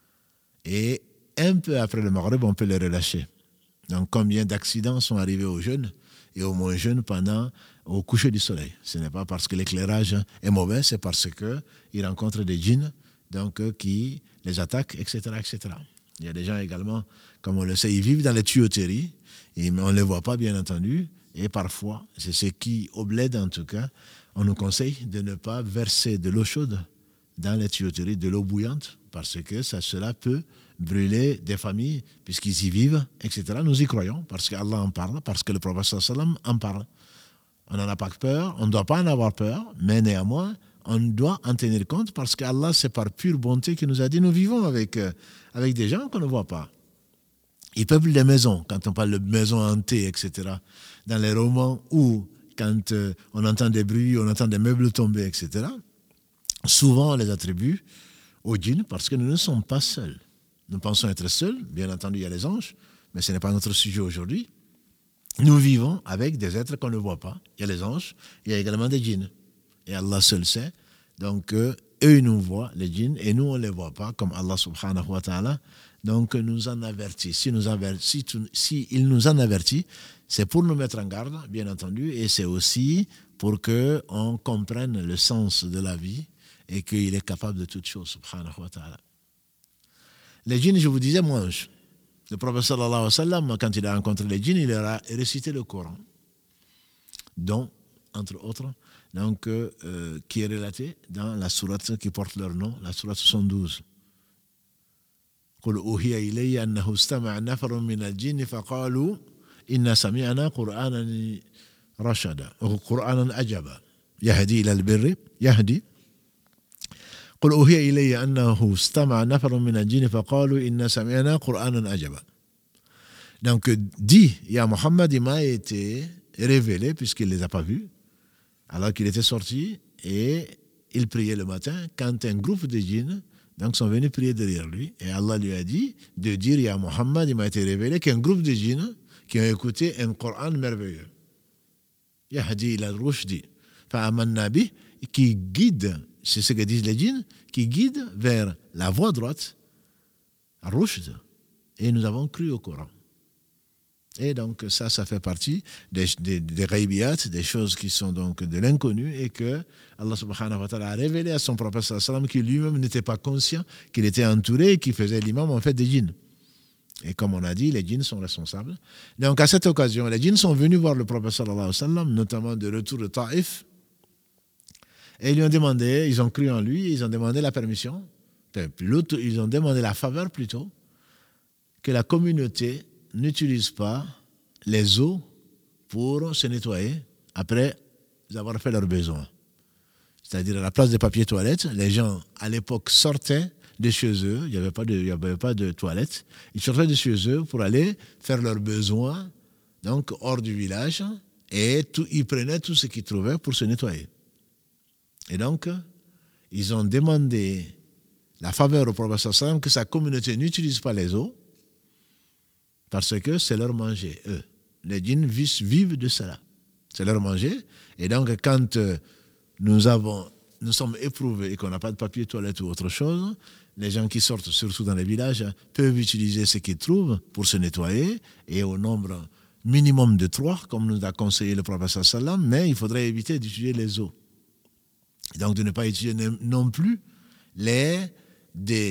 S1: Et un peu après le maghrib, on peut les relâcher. Donc, combien d'accidents sont arrivés aux jeunes et aux moins jeunes pendant au coucher du soleil? Ce n'est pas parce que l'éclairage est mauvais, c'est parce qu'ils rencontrent des djinns donc, qui les attaquent, et cetera, et cetera. Il y a des gens également, comme on le sait, ils vivent dans les tuyauteries, et on ne les voit pas, bien entendu, et parfois, c'est ce qui, au bled en tout cas, on nous conseille de ne pas verser de l'eau chaude dans les tuyauteries, de l'eau bouillante, parce que ça, cela peut brûler des familles, puisqu'ils y vivent, et cetera. Nous y croyons, parce qu'Allah en parle, parce que le prophète sallallahu alayhi wa sallam en parle. On n'en a pas peur, on ne doit pas en avoir peur, mais néanmoins, on doit en tenir compte, parce qu'Allah, c'est par pure bonté qu'il nous a dit, nous vivons avec, euh, avec des gens qu'on ne voit pas. Ils peuplent les maisons, quand on parle de maisons hantées, et cetera. Dans les romans où, quand euh, on entend des bruits, on entend des meubles tomber, et cetera, souvent on les attribue aux djinns, parce que nous ne sommes pas seuls. Nous pensons être seuls, bien entendu il y a les anges, mais ce n'est pas notre sujet aujourd'hui. Nous vivons avec des êtres qu'on ne voit pas. Il y a les anges, il y a également des djinns. Et Allah seul sait. Donc euh, eux ils nous voient, les djinns, et nous on ne les voit pas, comme Allah subhanahu wa ta'ala. Donc nous en avertit. Si, nous avertit, si il nous en avertit, c'est pour nous mettre en garde, bien entendu, et c'est aussi pour qu'on comprenne le sens de la vie et qu'il est capable de toutes choses, subhanahu wa ta'ala. Les djinns, je vous disais, mangent. Le prophète sallallahu alayhi wa sallam, quand il a rencontré les djinns, il leur a récité le Coran, dont, entre autres, donc, euh, qui est relaté dans la sourate qui porte leur nom, la sourate soixante-douze. قل أوحي إلي أنه استمع نفر من الجن فقالوا إنا سمعنا قرآنا رشدا قرآنا عجبا يهدي إلى البر يهدي قل أوحي إلي أنه استمع نفر من الجن فقالوا إنا سمعنا قرآنا عجبا. Donc, dit, ya Mohammed, il m'a été révélé, puisqu'il ne les a pas vus, alors qu'il était sorti, et il priait le matin, quand un groupe de djinns donc, sont venus prier derrière lui, et Allah lui a dit de dire, ya Mohammed, il m'a été révélé qu'un groupe de djinns qui ont écouté un Coran merveilleux, Yahdi ila rushdi, fa'amanna bih, qui guide, c'est ce que disent les djinns, qui guide vers la voie droite, rushd, et nous avons cru au Coran. Et donc ça, ça fait partie des, des, des ghaibiyat, des choses qui sont donc de l'inconnu et que Allah subhanahu wa ta'ala a révélé à son prophète sallallahu alayhi wa sallam qui lui-même n'était pas conscient qu'il était entouré et qu'il faisait l'imam en fait des djinns. Et comme on a dit, les djinns sont responsables. Donc à cette occasion, les djinns sont venus voir le prophète sallallahu alayhi wa sallam, notamment de retour de Taïf, et ils lui ont demandé, ils ont cru en lui, ils ont demandé la permission, ils ont demandé la faveur plutôt, que la communauté n'utilisent pas les eaux pour se nettoyer après avoir fait leurs besoins. C'est-à-dire à la place des papiers toilettes, les gens à l'époque sortaient de chez eux, il n'y avait pas de, il n'y avait pas de toilettes, ils sortaient de chez eux pour aller faire leurs besoins, donc hors du village, et tout, ils prenaient tout ce qu'ils trouvaient pour se nettoyer. Et donc, ils ont demandé la faveur au prophète sallallahu alayhi wa sallam que sa communauté n'utilise pas les eaux, parce que c'est leur manger, eux. Les djinns vivent de cela. C'est leur manger. Et donc, quand nous, avons, nous sommes éprouvés et qu'on n'a pas de papier toilette ou autre chose, les gens qui sortent, surtout dans les villages, peuvent utiliser ce qu'ils trouvent pour se nettoyer, et au nombre minimum de trois, comme nous a conseillé le prophète sallam, mais il faudrait éviter d'utiliser les eaux. Donc, de ne pas utiliser non plus les, des,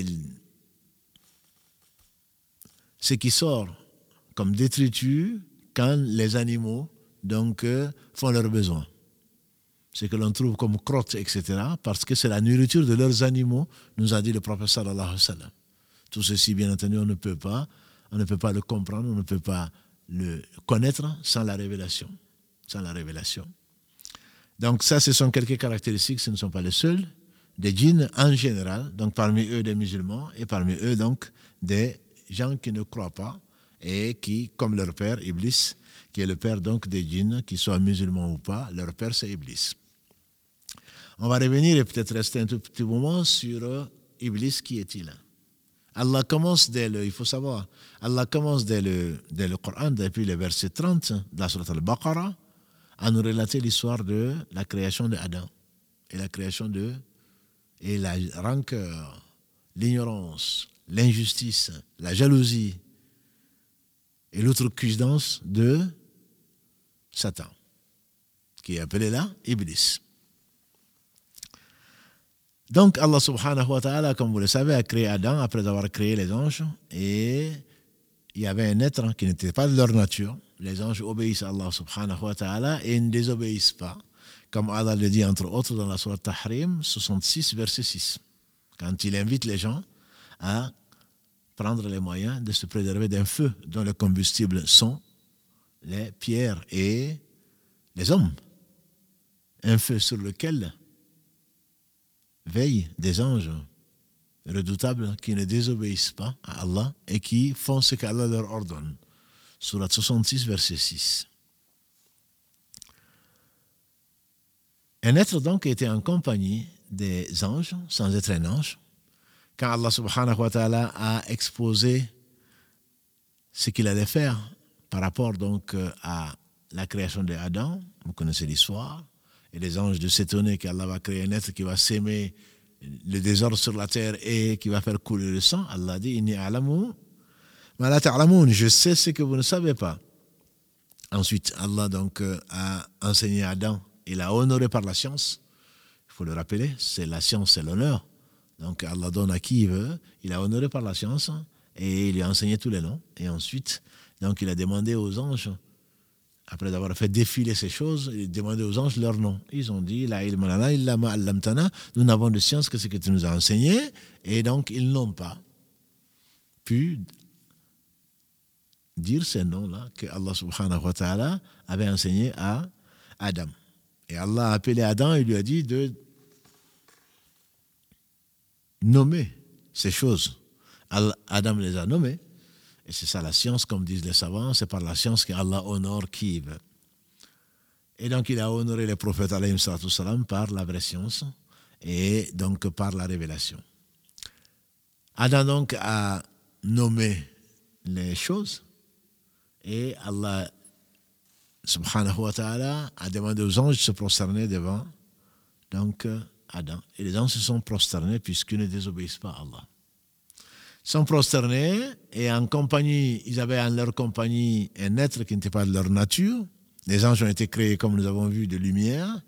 S1: ce qui sort comme détritus quand les animaux donc, euh, font leurs besoins. Ce que l'on trouve comme crottes, et cetera, parce que c'est la nourriture de leurs animaux, nous a dit le prophète sallallahu alayhi wa sallam. Tout ceci, bien entendu, on ne peut pas, on ne peut pas le comprendre, on ne peut pas le connaître sans la révélation. Sans la révélation. Donc ça, ce sont quelques caractéristiques, ce ne sont pas les seuls, des djinns en général, donc parmi eux des musulmans, et parmi eux donc des gens qui ne croient pas, et qui, comme leur père, Iblis, qui est le père donc des djinns, qu'ils soient musulmans ou pas, leur père c'est Iblis. On va revenir et peut-être rester un tout petit moment sur Iblis, qui est-il? Allah commence dès le, il faut savoir, Allah commence dès le, dès le Coran, depuis le verset trente de la sourate Al-Baqarah, à nous relater l'histoire de la création d'Adam et la création de, et la rancœur, l'ignorance, l'injustice, la jalousie, et l'outrecuidance de Satan, qui est appelé là Iblis. Donc Allah subhanahu wa ta'ala, comme vous le savez, a créé Adam après avoir créé les anges, et il y avait un être qui n'était pas de leur nature. Les anges obéissent à Allah subhanahu wa ta'ala et ne désobéissent pas, comme Allah le dit entre autres dans la sourate Tahrim soixante-six, verset six, quand il invite les gens à prendre les moyens de se préserver d'un feu dont le combustible sont les pierres et les hommes. Un feu sur lequel veillent des anges redoutables qui ne désobéissent pas à Allah et qui font ce qu'Allah leur ordonne. Sourate soixante-six, verset six. Un être donc était en compagnie des anges, sans être un ange, quand Allah subhanahu wa ta'ala a exposé ce qu'il allait faire par rapport donc à la création d'Adam, vous connaissez l'histoire, et les anges de s'étonner qu'Allah va créer un être qui va s'aimer le désordre sur la terre et qui va faire couler le sang. Allah dit, Inni a'lamu ma la ta'lamun, je sais ce que vous ne savez pas. Ensuite, Allah donc a enseigné à Adam, il a honoré par la science, il faut le rappeler, c'est la science, c'est l'honneur. Donc Allah donne à qui il veut, il a honoré par la science et il lui a enseigné tous les noms. Et ensuite, donc il a demandé aux anges, après avoir fait défiler ces choses, il a demandé aux anges leurs noms. Ils ont dit, La ilma lana illa ma allamtana, nous n'avons de science que ce que tu nous as enseigné, et donc ils n'ont pas pu dire ces noms-là que Allah subhanahu wa ta'ala avait enseigné à Adam. Et Allah a appelé Adam et lui a dit de nommer ces choses. Adam les a nommées. Et c'est ça la science, comme disent les savants, c'est par la science qu'Allah honore qui il veut. Et donc il a honoré les prophètes alayhim salatu salam par la vraie science et donc par la révélation. Adam donc a nommé les choses et Allah subhanahu wa ta'ala a demandé aux anges de se prosterner devant donc Adam. Et les anges se sont prosternés puisqu'ils ne désobéissent pas à Allah. Ils sont prosternés et en compagnie, ils avaient en leur compagnie un être qui n'était pas de leur nature. Les anges ont été créés, comme nous avons vu, de lumière.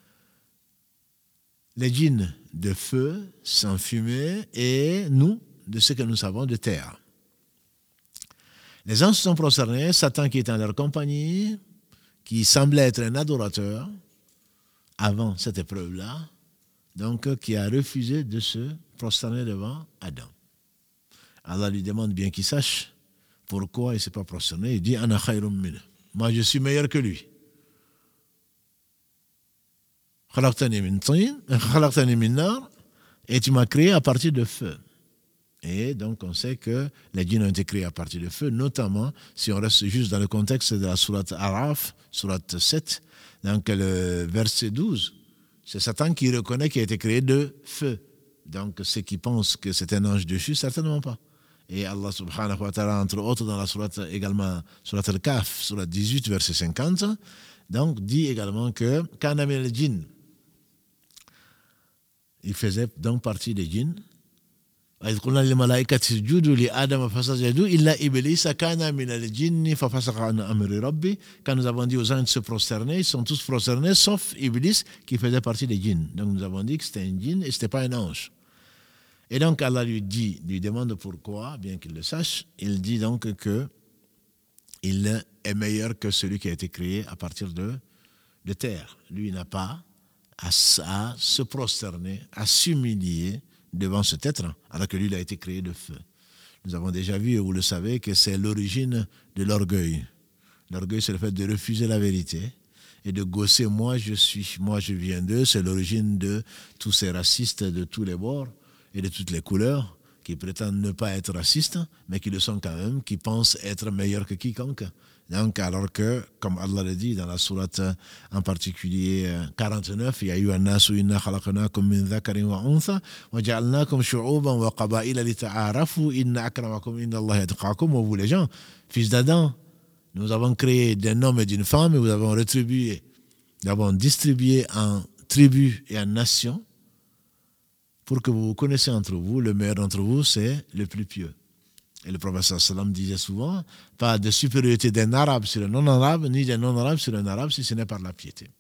S1: Les djinns de feu, sans fumée, et nous, de ce que nous savons de terre. Les anges se sont prosternés, Satan qui était en leur compagnie, qui semblait être un adorateur avant cette épreuve-là, donc qui a refusé de se prosterner devant Adam. Allah lui demande bien qu'il sache pourquoi il ne s'est pas prosterné. Il dit « Ana khayrum minhu » moi je suis meilleur que lui. Et tu m'as créé à partir de feu. Et donc on sait que les djinns ont été créés à partir de feu, notamment si on reste juste dans le contexte de la sourate Araf, sourate sept, donc le verset douze, c'est Satan qui reconnaît qu'il a été créé de feu. Donc ceux qui pensent que c'est un ange dessus, certainement pas. Et Allah subhanahu wa ta'ala, entre autres dans la sourate également, sourate Al-Kahf, sourate dix-huit, verset cinquante, donc dit également que Kana min al-jinn, il faisait donc partie des djinns. Quand nous avons dit aux anges de se prosterner, ils sont tous prosternés, sauf Iblis qui faisait partie des djinns. Donc nous avons dit que c'était un djinn et ce n'était pas un ange. Et donc Allah lui dit, lui demande pourquoi, bien qu'il le sache, il dit donc que il est meilleur que celui qui a été créé à partir de, de terre. Lui n'a pas à, à se prosterner, à s'humilier devant cet être, alors que lui il a été créé de feu. Nous avons déjà vu, et vous le savez, que c'est l'origine de l'orgueil. L'orgueil, c'est le fait de refuser la vérité et de gosser « moi je suis, moi je viens d'eux ». C'est l'origine de tous ces racistes de tous les bords et de toutes les couleurs qui prétendent ne pas être racistes, mais qui le sont quand même, qui pensent être meilleurs que quiconque. Donc, alors que, comme Allah le dit dans la sourate en particulier quarante-neuf, il y a eu un nasu inna khalaqnakum min dhakarin wa untha wa ja'alnakum shu'uban wa qaba'ila lita'arafu inna akramakum inna Allah yatqakum wa vous les gens, fils d'Adam, nous avons créé d'un homme et d'une femme et nous avons rétribué, nous avons distribué en tribus et en nations pour que vous vous connaissiez entre vous, le meilleur d'entre vous, c'est le plus pieux. Et le prophète sallam disait souvent, pas de supériorité d'un arabe sur un non-arabe, ni d'un non-arabe sur un arabe, si ce n'est par la piété.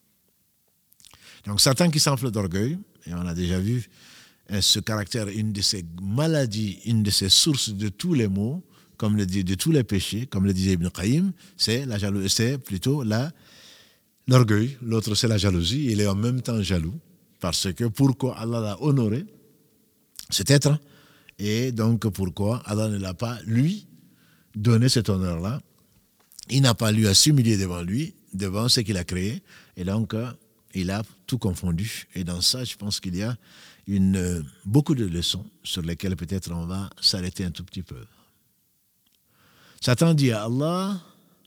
S1: Donc Satan qui s'enfle d'orgueil, et on a déjà vu ce caractère, une de ses maladies, une de ses sources de tous les maux, comme le dit, de tous les péchés, comme le disait Ibn Qayyim, c'est, la jalousie, c'est plutôt la, l'orgueil, l'autre c'est la jalousie, il est en même temps jaloux, parce que pourquoi Allah l'a honoré, cet être, et donc pourquoi Allah ne l'a pas, lui, donné cet honneur-là. Il n'a pas, lui, à s'humilier devant lui, devant ce qu'il a créé, et donc il a tout confondu. Et dans ça, je pense qu'il y a une, beaucoup de leçons sur lesquelles peut-être on va s'arrêter un tout petit peu. Satan dit à Allah,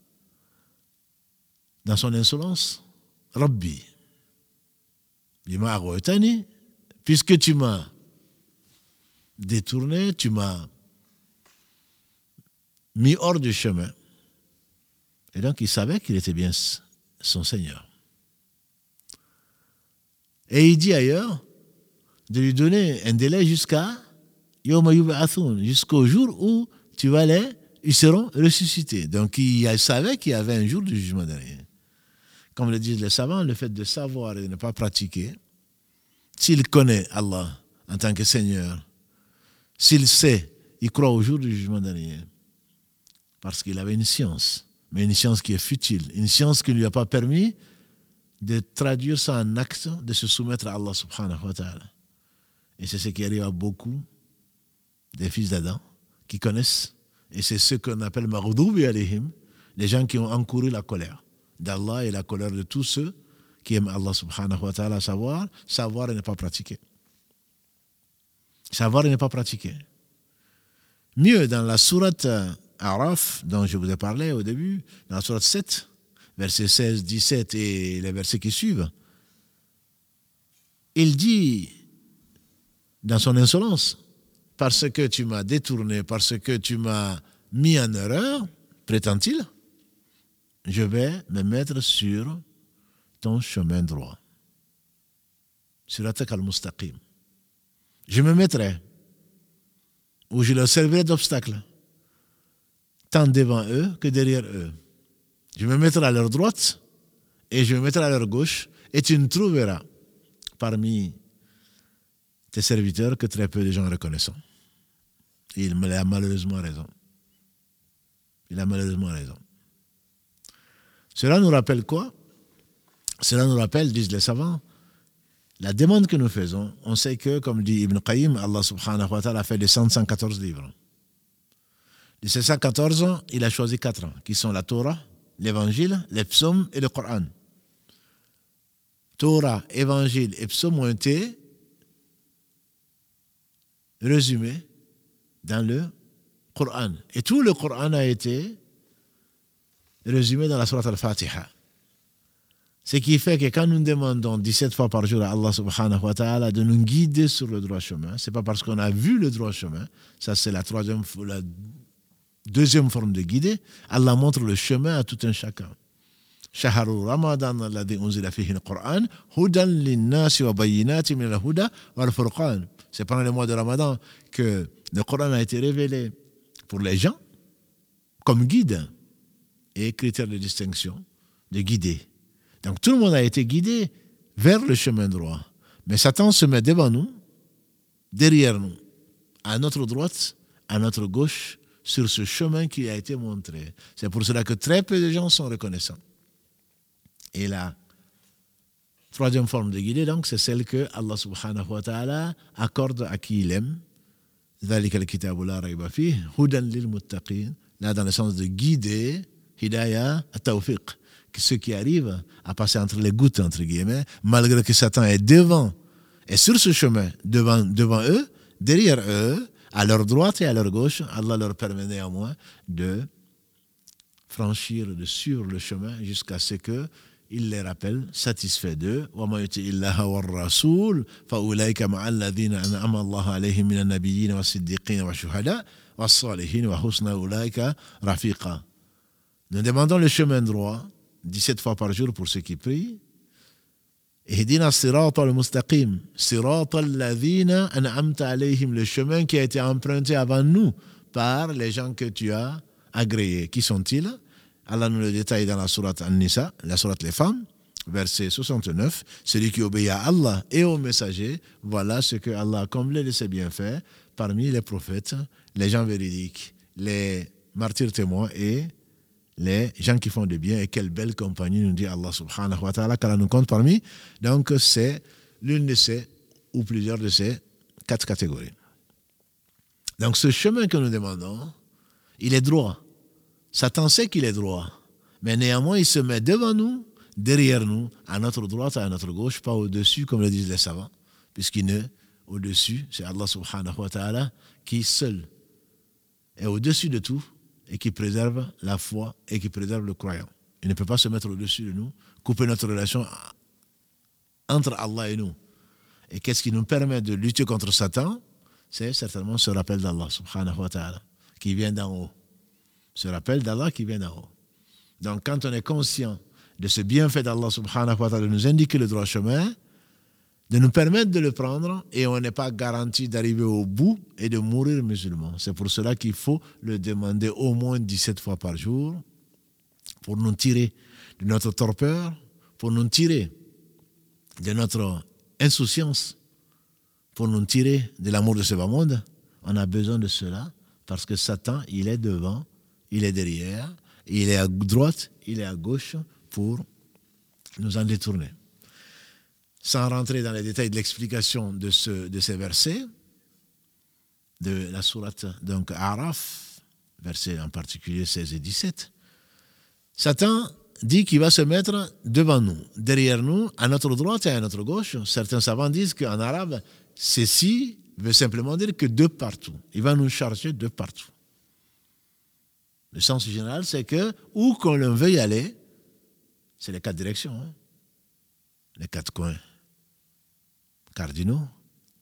S1: dans son insolence, « Rabbi, bima aghwaytani, puisque tu m'as détourné, tu m'as mis hors du chemin. » Et donc il savait qu'il était bien son Seigneur. Et il dit ailleurs de lui donner un délai jusqu'à Yawma yub'athun, jusqu'au jour où tu vas les, ils seront ressuscités. Donc il savait qu'il y avait un jour du jugement dernier. Comme le disent les savants, le fait de savoir et de ne pas pratiquer, s'il connaît Allah en tant que Seigneur, s'il sait, il croit au jour du jugement dernier. Parce qu'il avait une science, mais une science qui est futile, une science qui ne lui a pas permis de traduire ça en acte, de se soumettre à Allah subhanahu wa ta'ala. Et c'est ce qui arrive à beaucoup des fils d'Adam, qui connaissent, et c'est ce qu'on appelle maghdubi alayhim, les gens qui ont encouru la colère d'Allah et la colère de tous ceux qui aiment Allah subhanahu wa ta'ala, savoir, savoir et ne pas pratiquer. Savoir et ne pas pratiquer. Mieux, dans la sourate Araf, dont je vous ai parlé au début, dans la sourate sept, versets seize, dix-sept et les versets qui suivent, il dit, dans son insolence, parce que tu m'as détourné, parce que tu m'as mis en erreur, prétend-il, je vais me mettre sur ton chemin droit. Siratak al-Mustaqim. Je me mettrai, ou je leur servirai d'obstacle, tant devant eux que derrière eux. Je me mettrai à leur droite et je me mettrai à leur gauche, et tu ne trouveras parmi tes serviteurs que très peu de gens reconnaissants. Et il a malheureusement raison. Il a malheureusement raison. Cela nous rappelle quoi? Cela nous rappelle, disent les savants, la demande que nous faisons. On sait que, comme dit Ibn Qayyim, Allah subhanahu wa ta'ala a fait descendre cent quatorze livres. De ces cent quatorze, il a choisi quatre, qui sont la Torah, l'Évangile, les psaumes et le Coran. Torah, Évangile et psaumes ont été résumés dans le Coran. Et tout le Coran a été résumé dans la sourate Al-Fatiha. Ce qui fait que quand nous demandons dix-sept fois par jour à Allah subhanahu wa ta'ala de nous guider sur le droit chemin, ce n'est pas parce qu'on a vu le droit chemin, ça c'est la troisième, la deuxième forme de guider. Allah montre le chemin à tout un chacun. Shahru Ramadan alladhi unzila fihi al-Qur'an hudan lin-nasi wa bayyinatin min al-huda wal-furqan. C'est pendant le mois de Ramadan que le Coran a été révélé pour les gens comme guide et critère de distinction, de guider. Donc tout le monde a été guidé vers le chemin droit. Mais Satan se met devant nous, derrière nous, à notre droite, à notre gauche, sur ce chemin qui a été montré. C'est pour cela que très peu de gens sont reconnaissants. Et la troisième forme de guider, donc, c'est celle que Allah subhanahu wa ta'ala accorde à qui il aime. ذَلِكَ الْكِتَابُ لَا رَيْبَ فِيهِ هُدًى لِلْمُتَّقِينَ. Là, dans le sens de guider, hidayah, at-tawfiq, ceux qui arrivent à passer entre les gouttes, entre guillemets, malgré que Satan est devant, et sur ce chemin, devant, devant eux, derrière eux, à leur droite et à leur gauche, Allah leur permet néanmoins de franchir, de suivre le chemin jusqu'à ce que il les rappelle, satisfait d'eux. وَمَا يُطِعِ اللَّهَ وَالرَّسُولَ فَأُولَٰئِكَ مَعَ الَّذِينَ أَنْعَمَ اللَّهُ عَلَيْهِم مِّنَ النَّبِيِّينَ وَالصِّدِّيقِينَ وَالشُّهَدَاءِ وَالصَّالِحِينَ وَحُسْنَ أُولَٰئِكَ رَفِيقًا. Nous demandons le chemin droit, dix-sept fois par jour pour ceux qui prient. اهدنا الصراط المستقيم صراط الذين أنعمت عليهم, le chemin qui a été emprunté avant nous par les gens que tu as agréés. Qui sont-ils? Allah nous le détaille dans la sourate An-Nisa, la sourate Les Femmes, verset soixante-neuf. Celui qui obéit à Allah et aux messagers, voilà ce que Allah a comblé de ses bienfaits parmi les prophètes, les gens véridiques, les martyrs témoins et les gens qui font du bien. Et quelle belle compagnie, nous dit Allah subhanahu wa ta'ala, qu'Allah nous compte parmi. Donc c'est l'une de ces, ou plusieurs de ces quatre catégories. Donc ce chemin que nous demandons, il est droit. Satan sait qu'il est droit, mais néanmoins il se met devant nous, derrière nous, à notre droite, à notre gauche, pas au-dessus comme le disent les savants, puisqu'il est au-dessus, c'est Allah subhanahu wa ta'ala qui seul est au-dessus de tout et qui préserve la foi et qui préserve le croyant. Il ne peut pas se mettre au-dessus de nous, couper notre relation entre Allah et nous. Et qu'est-ce qui nous permet de lutter contre Satan? C'est certainement ce rappel d'Allah subhanahu wa ta'ala qui vient d'en haut. Ce rappel d'Allah qui vient d'en haut. Donc quand on est conscient de ce bienfait d'Allah subhanahu wa ta'ala de nous indiquer le droit chemin, de nous permettre de le prendre, et on n'est pas garanti d'arriver au bout et de mourir musulman. C'est pour cela qu'il faut le demander au moins dix-sept fois par jour pour nous tirer de notre torpeur, pour nous tirer de notre insouciance, pour nous tirer de l'amour de ce bas monde. On a besoin de cela parce que Satan, il est devant, il est derrière, il est à droite, il est à gauche pour nous en détourner. Sans rentrer dans les détails de l'explication de, ce, de ces versets, de la sourate donc Araf, versets en particulier seize et dix-sept, Satan dit qu'il va se mettre devant nous, derrière nous, à notre droite et à notre gauche. Certains savants disent qu'en arabe, ceci veut simplement dire que de partout. Il va nous charger de partout. Le sens général, c'est que où qu'on l'on veuille aller, c'est les quatre directions, hein? Les quatre coins cardinaux.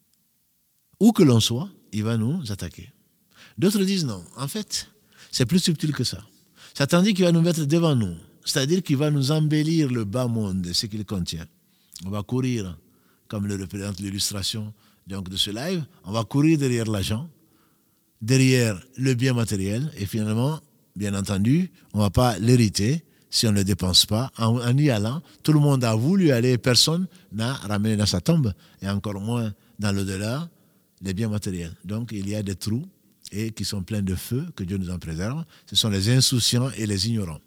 S1: Où que l'on soit, il va nous attaquer. D'autres disent non. En fait, c'est plus subtil que ça. Satan dit qu'il va nous mettre devant nous. C'est-à-dire qu'il va nous embellir le bas monde de ce qu'il contient. On va courir, comme le représente l'illustration donc, de ce live, on va courir derrière l'argent, derrière le bien matériel, et finalement, bien entendu, on ne va pas l'hériter si on ne le dépense pas. En, en y allant, tout le monde a voulu aller, personne n'a ramené dans sa tombe, et encore moins dans l'au-delà, les biens matériels. Donc, il y a des trous et qui sont pleins de feu, que Dieu nous en préserve. Ce sont les insouciants et les ignorants.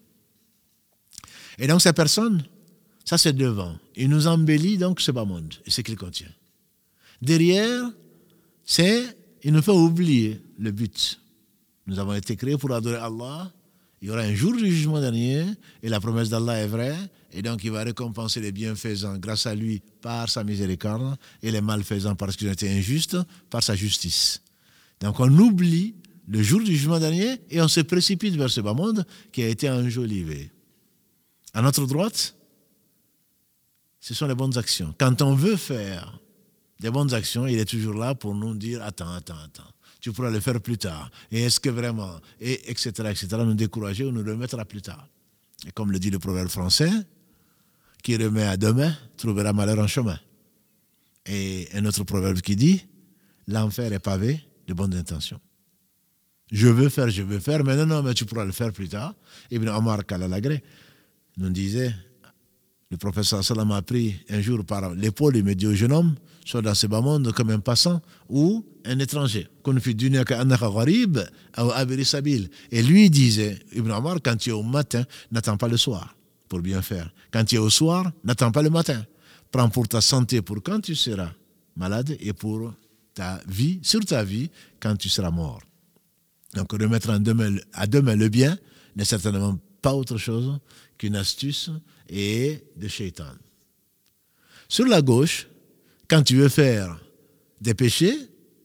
S1: Et donc, ces personnes, ça c'est devant. Il nous embellit donc ce bas monde et ce qu'il contient. Derrière, c'est, il nous fait oublier le but. Nous avons été créés pour adorer Allah. Il y aura un jour du jugement dernier et la promesse d'Allah est vraie. Et donc, il va récompenser les bienfaisants grâce à lui par sa miséricorde et les malfaisants parce qu'ils ont été injustes par sa justice. Donc, on oublie le jour du jugement dernier et on se précipite vers ce bas monde qui a été enjolivé. À notre droite, ce sont les bonnes actions. Quand on veut faire des bonnes actions, il est toujours là pour nous dire « Attends, attends, attends, tu pourras le faire plus tard. Et est-ce que vraiment ?» Et etc., et cetera, nous décourager ou nous remettre à plus tard. Et comme le dit le proverbe français, « Qui remet à demain trouvera malheur en chemin. » Et un autre proverbe qui dit « L'enfer est pavé de bonnes intentions. » Je veux faire, je veux faire, mais non, non, mais tu pourras le faire plus tard. Ibn Omar Kalalagré nous disait, le professeur Salam a pris un jour par l'épaule, il me dit au jeune homme, soit dans ce bas monde comme un passant ou un étranger. Et lui disait, Ibn Omar, quand tu es au matin, n'attends pas le soir pour bien faire. Quand tu es au soir, n'attends pas le matin. Prends pour ta santé pour quand tu seras malade et pour ta vie, sur ta vie, quand tu seras mort. Donc remettre en demain, à demain le bien n'est certainement pas autre chose qu'une astuce et de shaitan. Sur la gauche, quand tu veux faire des péchés,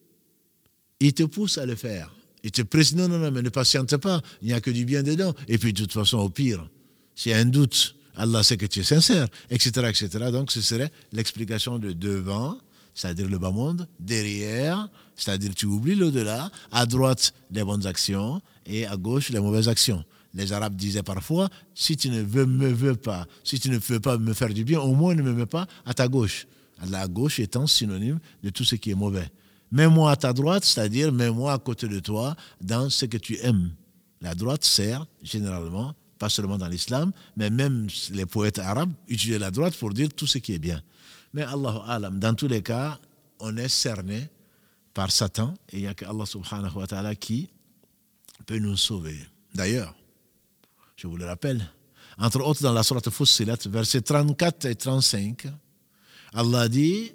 S1: il te pousse à le faire. Il te précise, non, non, non, mais ne patiente pas, il n'y a que du bien dedans. Et puis de toute façon, au pire, s'il y a un doute, Allah sait que tu es sincère, et cetera, et cetera. Donc ce serait l'explication de devant, c'est-à-dire le bas monde, derrière, c'est-à-dire tu oublies l'au-delà, à droite les bonnes actions et à gauche les mauvaises actions. Les Arabes disaient parfois, si tu ne veux, me veux pas, si tu ne veux pas me faire du bien, au moins ne me mets pas à ta gauche. La gauche étant synonyme de tout ce qui est mauvais. Mets-moi à ta droite, c'est-à-dire mets-moi à côté de toi dans ce que tu aimes. La droite sert généralement, pas seulement dans l'islam, mais même les poètes arabes utilisent la droite pour dire tout ce qui est bien. Mais Allahu Alam, dans tous les cas, on est cerné par Satan et il n'y a qu'Allah subhanahu wa ta'ala qui peut nous sauver. D'ailleurs, je vous le rappelle, entre autres dans la sourate Fussilat, versets trente-quatre et trente-cinq, Allah dit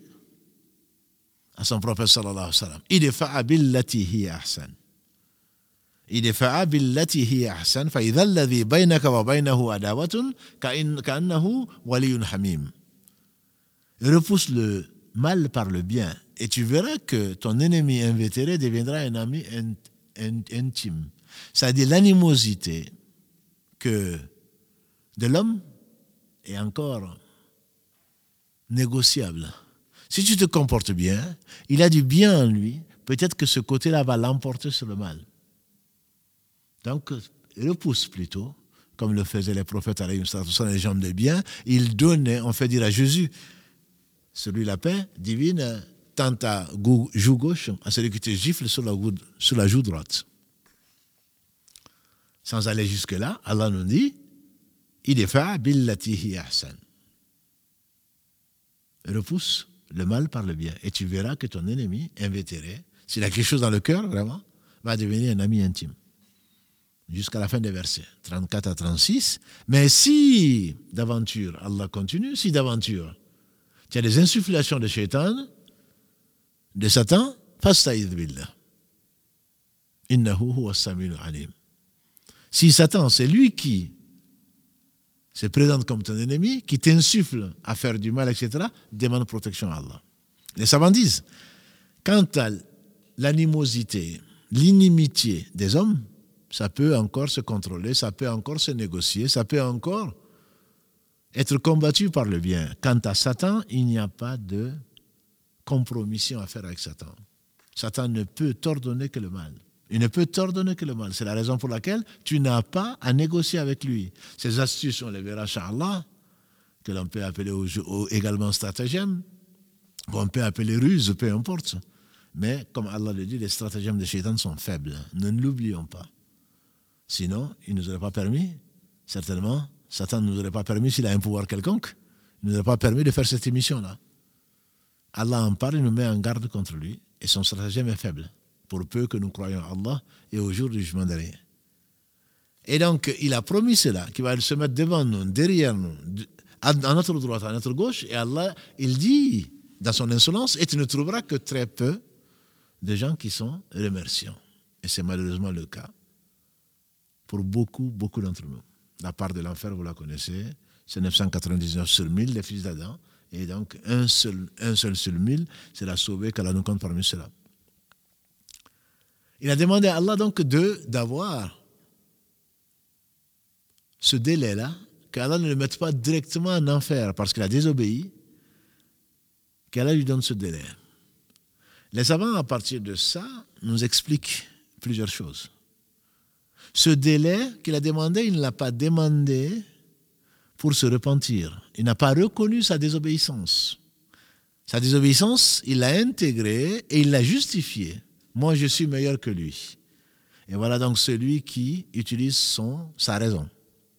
S1: à son prophète sallallahu alayhi wa sallam, idfa'a billati hiya ahsan. idfa'a billati hiya ahsan fa idha alladhi baynaka wa baynahu adawatun ka'annahu waliyyun hamim. Repousse le mal par le bien et tu verras que ton ennemi invétéré deviendra un ami intime. C'est-à-dire l'animosité que de l'homme est encore négociable. Si tu te comportes bien, il a du bien en lui, peut-être que ce côté-là va l'emporter sur le mal. Donc, repousse plutôt, comme le faisaient les prophètes, les gens de bien, ils donnaient, on fait dire à Jésus, celui la paix divine, tend ta joue gauche à celui qui te gifle sur la, sur la joue droite. Sans aller jusque-là, Allah nous dit, idfa' billati hiya ahsan. Repousse le mal par le bien. Et tu verras que ton ennemi, invétéré, s'il a quelque chose dans le cœur, vraiment, va devenir un ami intime. Jusqu'à la fin des versets, trente-quatre à trente-six. Mais si, d'aventure, Allah continue, si d'aventure, tu as des insufflations de shaitan, de Satan, fasta'idh billah. Innahu huwa as-sami'ul alim. Si Satan, c'est lui qui se présente comme ton ennemi, qui t'insuffle à faire du mal, et cetera, demande protection à Allah. Les savants disent, quant à l'animosité, l'inimitié des hommes, ça peut encore se contrôler, ça peut encore se négocier, ça peut encore être combattu par le bien. Quant à Satan, il n'y a pas de compromission à faire avec Satan. Satan ne peut t'ordonner que le mal. Il ne peut t'ordonner que le mal. C'est la raison pour laquelle tu n'as pas à négocier avec lui. Ces astuces, on les verra, Inch'Allah, que l'on peut appeler au jeu, au, également stratagème, qu'on peut appeler ruse, peu importe. Mais, comme Allah le dit, les stratagèmes de Shaitan sont faibles. Ne l'oublions pas. Sinon, il ne nous aurait pas permis, certainement, Satan ne nous aurait pas permis, s'il a un pouvoir quelconque, il ne nous aurait pas permis de faire cette émission-là. Allah en parle, il nous met en garde contre lui, et son stratagème est faible, pour peu que nous croyons à Allah et au jour du jugement dernier. Et donc, il a promis cela, qu'il va se mettre devant nous, derrière nous, à notre droite, à notre gauche, et Allah, il dit, dans son insolence, et tu ne trouveras que très peu de gens qui sont remerciants. Et c'est malheureusement le cas pour beaucoup, beaucoup d'entre nous. La part de l'enfer, vous la connaissez, c'est neuf cent quatre-vingt-dix-neuf sur mille, les fils d'Adam. Et donc, un seul, un seul sur mille, c'est la sauvée qu'Allah nous compte parmi ceux-là. Il a demandé à Allah donc de, d'avoir ce délai-là, qu'Allah ne le mette pas directement en enfer parce qu'il a désobéi, qu'Allah lui donne ce délai. Les savants, à partir de ça, nous expliquent plusieurs choses. Ce délai qu'il a demandé, il ne l'a pas demandé pour se repentir. Il n'a pas reconnu sa désobéissance. Sa désobéissance, il l'a intégrée et il l'a justifiée. Moi, je suis meilleur que lui. Et voilà donc celui qui utilise son, sa raison. Pourquoi ?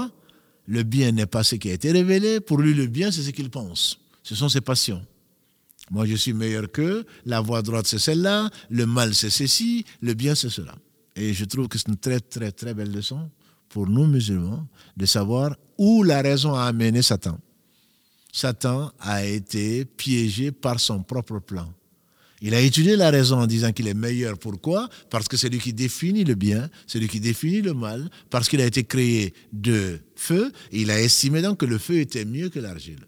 S1: Le bien n'est pas ce qui a été révélé. Pour lui, le bien, c'est ce qu'il pense. Ce sont ses passions. Moi, je suis meilleur qu'eux. La voie droite, c'est celle-là. Le mal, c'est ceci. Le bien, c'est cela. Et je trouve que c'est une très, très, très belle leçon pour nous, musulmans, de savoir où la raison a amené Satan. Satan a été piégé par son propre plan. Il a étudié la raison en disant qu'il est meilleur. Pourquoi ? Parce que c'est lui qui définit le bien, c'est lui qui définit le mal, parce qu'il a été créé de feu, et il a estimé donc que le feu était mieux que l'argile.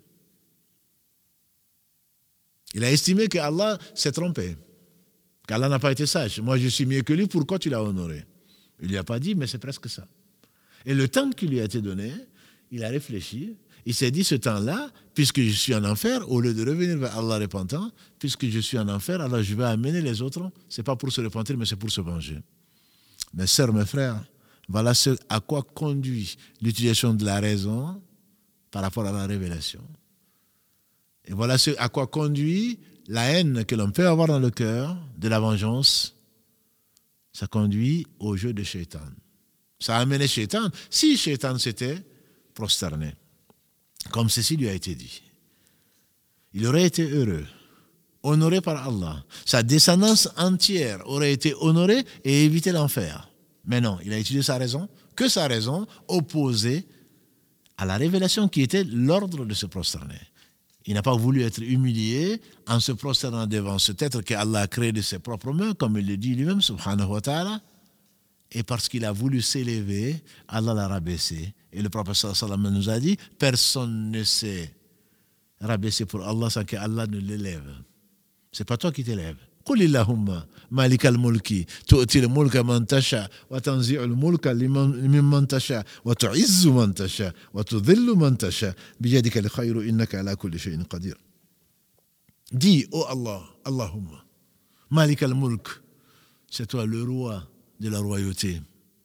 S1: Il a estimé qu'Allah s'est trompé, qu'Allah n'a pas été sage. Moi, je suis mieux que lui, pourquoi tu l'as honoré ? Il ne lui a pas dit, mais c'est presque ça. Et le temps qui lui a été donné, il a réfléchi, il s'est dit, ce temps-là, puisque je suis en enfer, au lieu de revenir vers Allah repentant, puisque je suis en enfer, alors je vais amener les autres, ce n'est pas pour se repentir, mais c'est pour se venger. Mes sœurs, mes frères, voilà ce à quoi conduit l'utilisation de la raison par rapport à la révélation. Et voilà ce à quoi conduit la haine que l'on peut avoir dans le cœur, de la vengeance. Ça conduit au jeu de Shaitan. Ça a amené Shaitan. Si Shaitan s'était prosterné, comme ceci lui a été dit, il aurait été heureux, honoré par Allah. Sa descendance entière aurait été honorée et évité l'enfer. Mais non, il a utilisé sa raison, que sa raison, opposée à la révélation qui était l'ordre de se prosterner. Il n'a pas voulu être humilié en se prosternant devant cet être qu'Allah a créé de ses propres mains, comme il le dit lui-même, subhanahu wa ta'ala. Et parce qu'il a voulu s'élever, Allah l'a rabaissé. Et le prophète sallallahu alayhi wa sallam nous a dit, personne ne s'est rabaissé pour Allah sans qu'Allah ne l'élève. C'est pas toi qui t'élèves. قل اللهم مالك الملك تؤتي الملك من تشاء وتنزع الملك ممن تشاء وتعز من تشاء وتذل من تشاء بيدك الخير إنك على كل شيء قدير. Dis, oh Allah, Allahumma, Malik al-Mulk, c'est toi le roi de la royauté.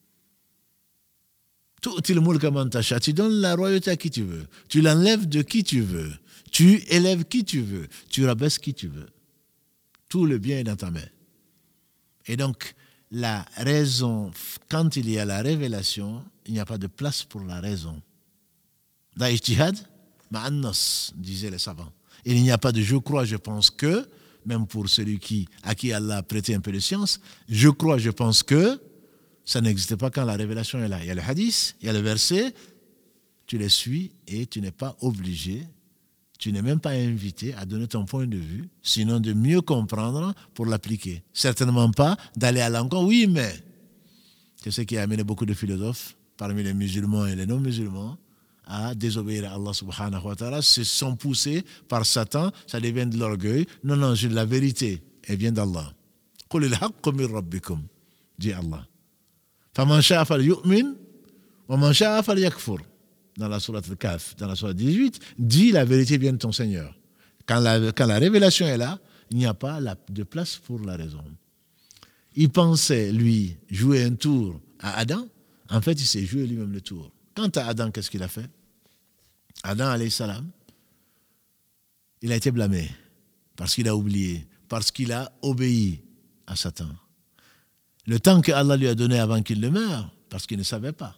S1: Tu'ti al-mulk man tasha, tu donnes la royauté à qui tu veux, tu l'enlèves de qui tu veux, tu élèves qui tu veux, tu rabaisses qui tu veux. Tout le bien est dans ta main. Et donc, la raison, quand il y a la révélation, il n'y a pas de place pour la raison. Dans Ijtihad, ma'annas, disaient les savants. Il n'y a pas de je crois, je pense que, même pour celui qui, à qui Allah a prêté un peu de science, je crois, je pense que, ça n'existe pas quand la révélation est là. Il y a le hadith, il y a le verset, tu les suis et tu n'es pas obligé tu n'es même pas invité à donner ton point de vue, sinon de mieux comprendre pour l'appliquer. Certainement pas d'aller à l'encontre. Oui, mais c'est ce qui a amené beaucoup de philosophes, parmi les musulmans et les non-musulmans, à désobéir à Allah subhanahu wa ta'ala, se sont poussés par Satan, ça devient de l'orgueil. Non, non, la vérité, elle vient d'Allah. Qul al-haqqu min rabbikum, dit Allah. Faman sha'a falyu'min, wa man sha'a falyakfur. Dans la sourate Al-Kahf, dans la sourate dix-huit, dit la vérité vient de ton Seigneur. Quand la, quand la révélation est là, il n'y a pas la, de place pour la raison. Il pensait, lui, jouer un tour à Adam. En fait, il s'est joué lui-même le tour. Quant à Adam, qu'est-ce qu'il a fait? Adam, alayhi salam, il a été blâmé parce qu'il a oublié, parce qu'il a obéi à Satan. Le temps que Allah lui a donné avant qu'il ne meure, parce qu'il ne savait pas.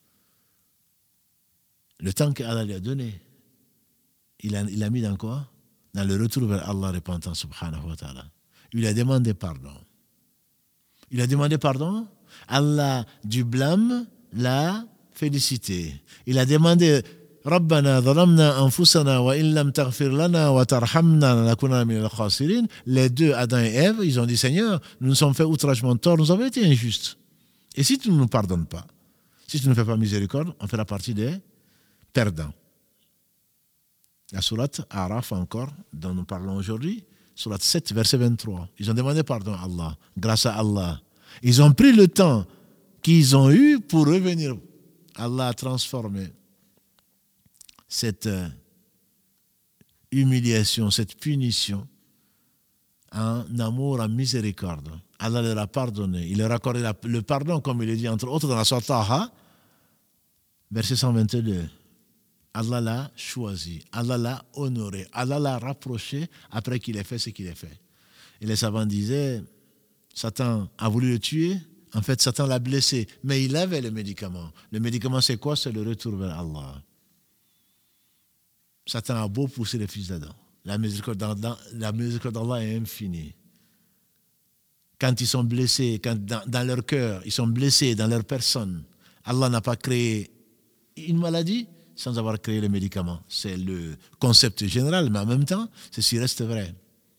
S1: Le temps qu'Allah lui a donné, il a, il a mis dans quoi? Dans le retour vers Allah repentant, subhanahu wa ta'ala. Il a demandé pardon. Il a demandé pardon. Allah, du blâme, l'a félicité. Il a demandé Rabbana dhalamna anfusana wa in lam taghfir lana wa tarhamna lanakunanna minal khasirin. Les deux, Adam et Ève, ils ont dit Seigneur, nous nous sommes fait outragement tort, nous avons été injustes. Et si tu ne nous pardonnes pas, si tu ne fais pas miséricorde, on fera partie des perdants. La sourate Araf encore, dont nous parlons aujourd'hui, sourate sept, verset vingt-trois. Ils ont demandé pardon à Allah, grâce à Allah. Ils ont pris le temps qu'ils ont eu pour revenir. Allah a transformé cette humiliation, cette punition en amour, en miséricorde. Allah leur a pardonné. Il leur a accordé le pardon, comme il est dit, entre autres dans la sourate Taha, verset cent vingt-deux. Allah l'a choisi, Allah l'a honoré, Allah l'a rapproché après qu'il ait fait ce qu'il a fait. Et les savants disaient, Satan a voulu le tuer, en fait Satan l'a blessé, mais il avait le médicament. Le médicament c'est quoi? C'est le retour vers Allah. Satan a beau pousser les fils d'Adam, la miséricorde d'Allah est infinie. Quand ils sont blessés, quand dans, dans leur cœur, ils sont blessés dans leur personne, Allah n'a pas créé une maladie sans avoir créé le médicament. C'est le concept général, mais en même temps, ceci reste vrai.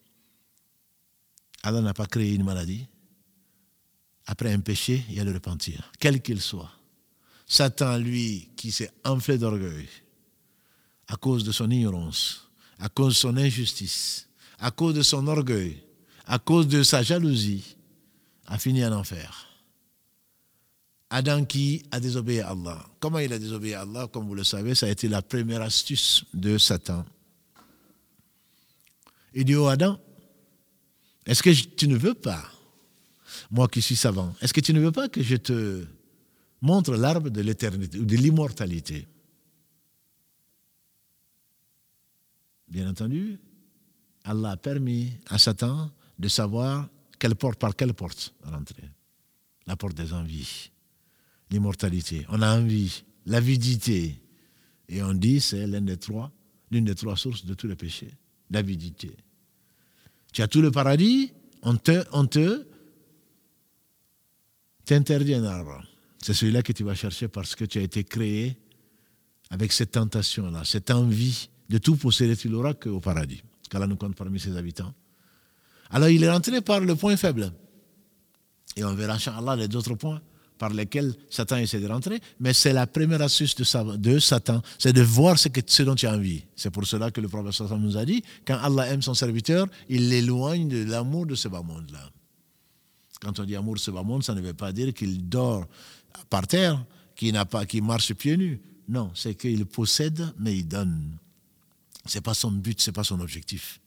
S1: Allah n'a pas créé une maladie. Après un péché, il y a le repentir, quel qu'il soit. Satan, lui, qui s'est enflé d'orgueil, à cause de son ignorance, à cause de son injustice, à cause de son orgueil, à cause de sa jalousie, a fini en enfer. Adam qui a désobéi à Allah. Comment il a désobéi à Allah? Comme vous le savez, ça a été la première astuce de Satan. Il dit, oh Adam, est-ce que tu ne veux pas, moi qui suis savant, est-ce que tu ne veux pas que je te montre l'arbre de l'éternité ou de l'immortalité? Bien entendu, Allah a permis à Satan de savoir quelle porte, par quelle porte rentrer. La porte des envies. L'immortalité. On a envie, l'avidité. Et on dit c'est l'une des trois, l'une des trois sources de tous les péchés. L'avidité. Tu as tout le paradis, on te, on te t'interdit un arbre. C'est celui-là que tu vas chercher parce que tu as été créé avec cette tentation-là, cette envie de tout posséder, tu l'auras qu'au paradis. Qu'Allah nous compte parmi ses habitants. Alors il est rentré par le point faible. Et on verra, Inch'Allah, les autres points par lesquels Satan essaie de rentrer, mais c'est la première astuce de, de Satan, c'est de voir ce, que, ce dont tu as envie. C'est pour cela que le prophète Satan nous a dit, quand Allah aime son serviteur, il l'éloigne de l'amour de ce bas monde-là. Quand on dit amour de ce bas monde, ça ne veut pas dire qu'il dort par terre, qu'il n'a pas, qu'il marche pieds nus. Non, c'est qu'il possède, mais il donne. Ce n'est pas son but, ce n'est pas son objectif.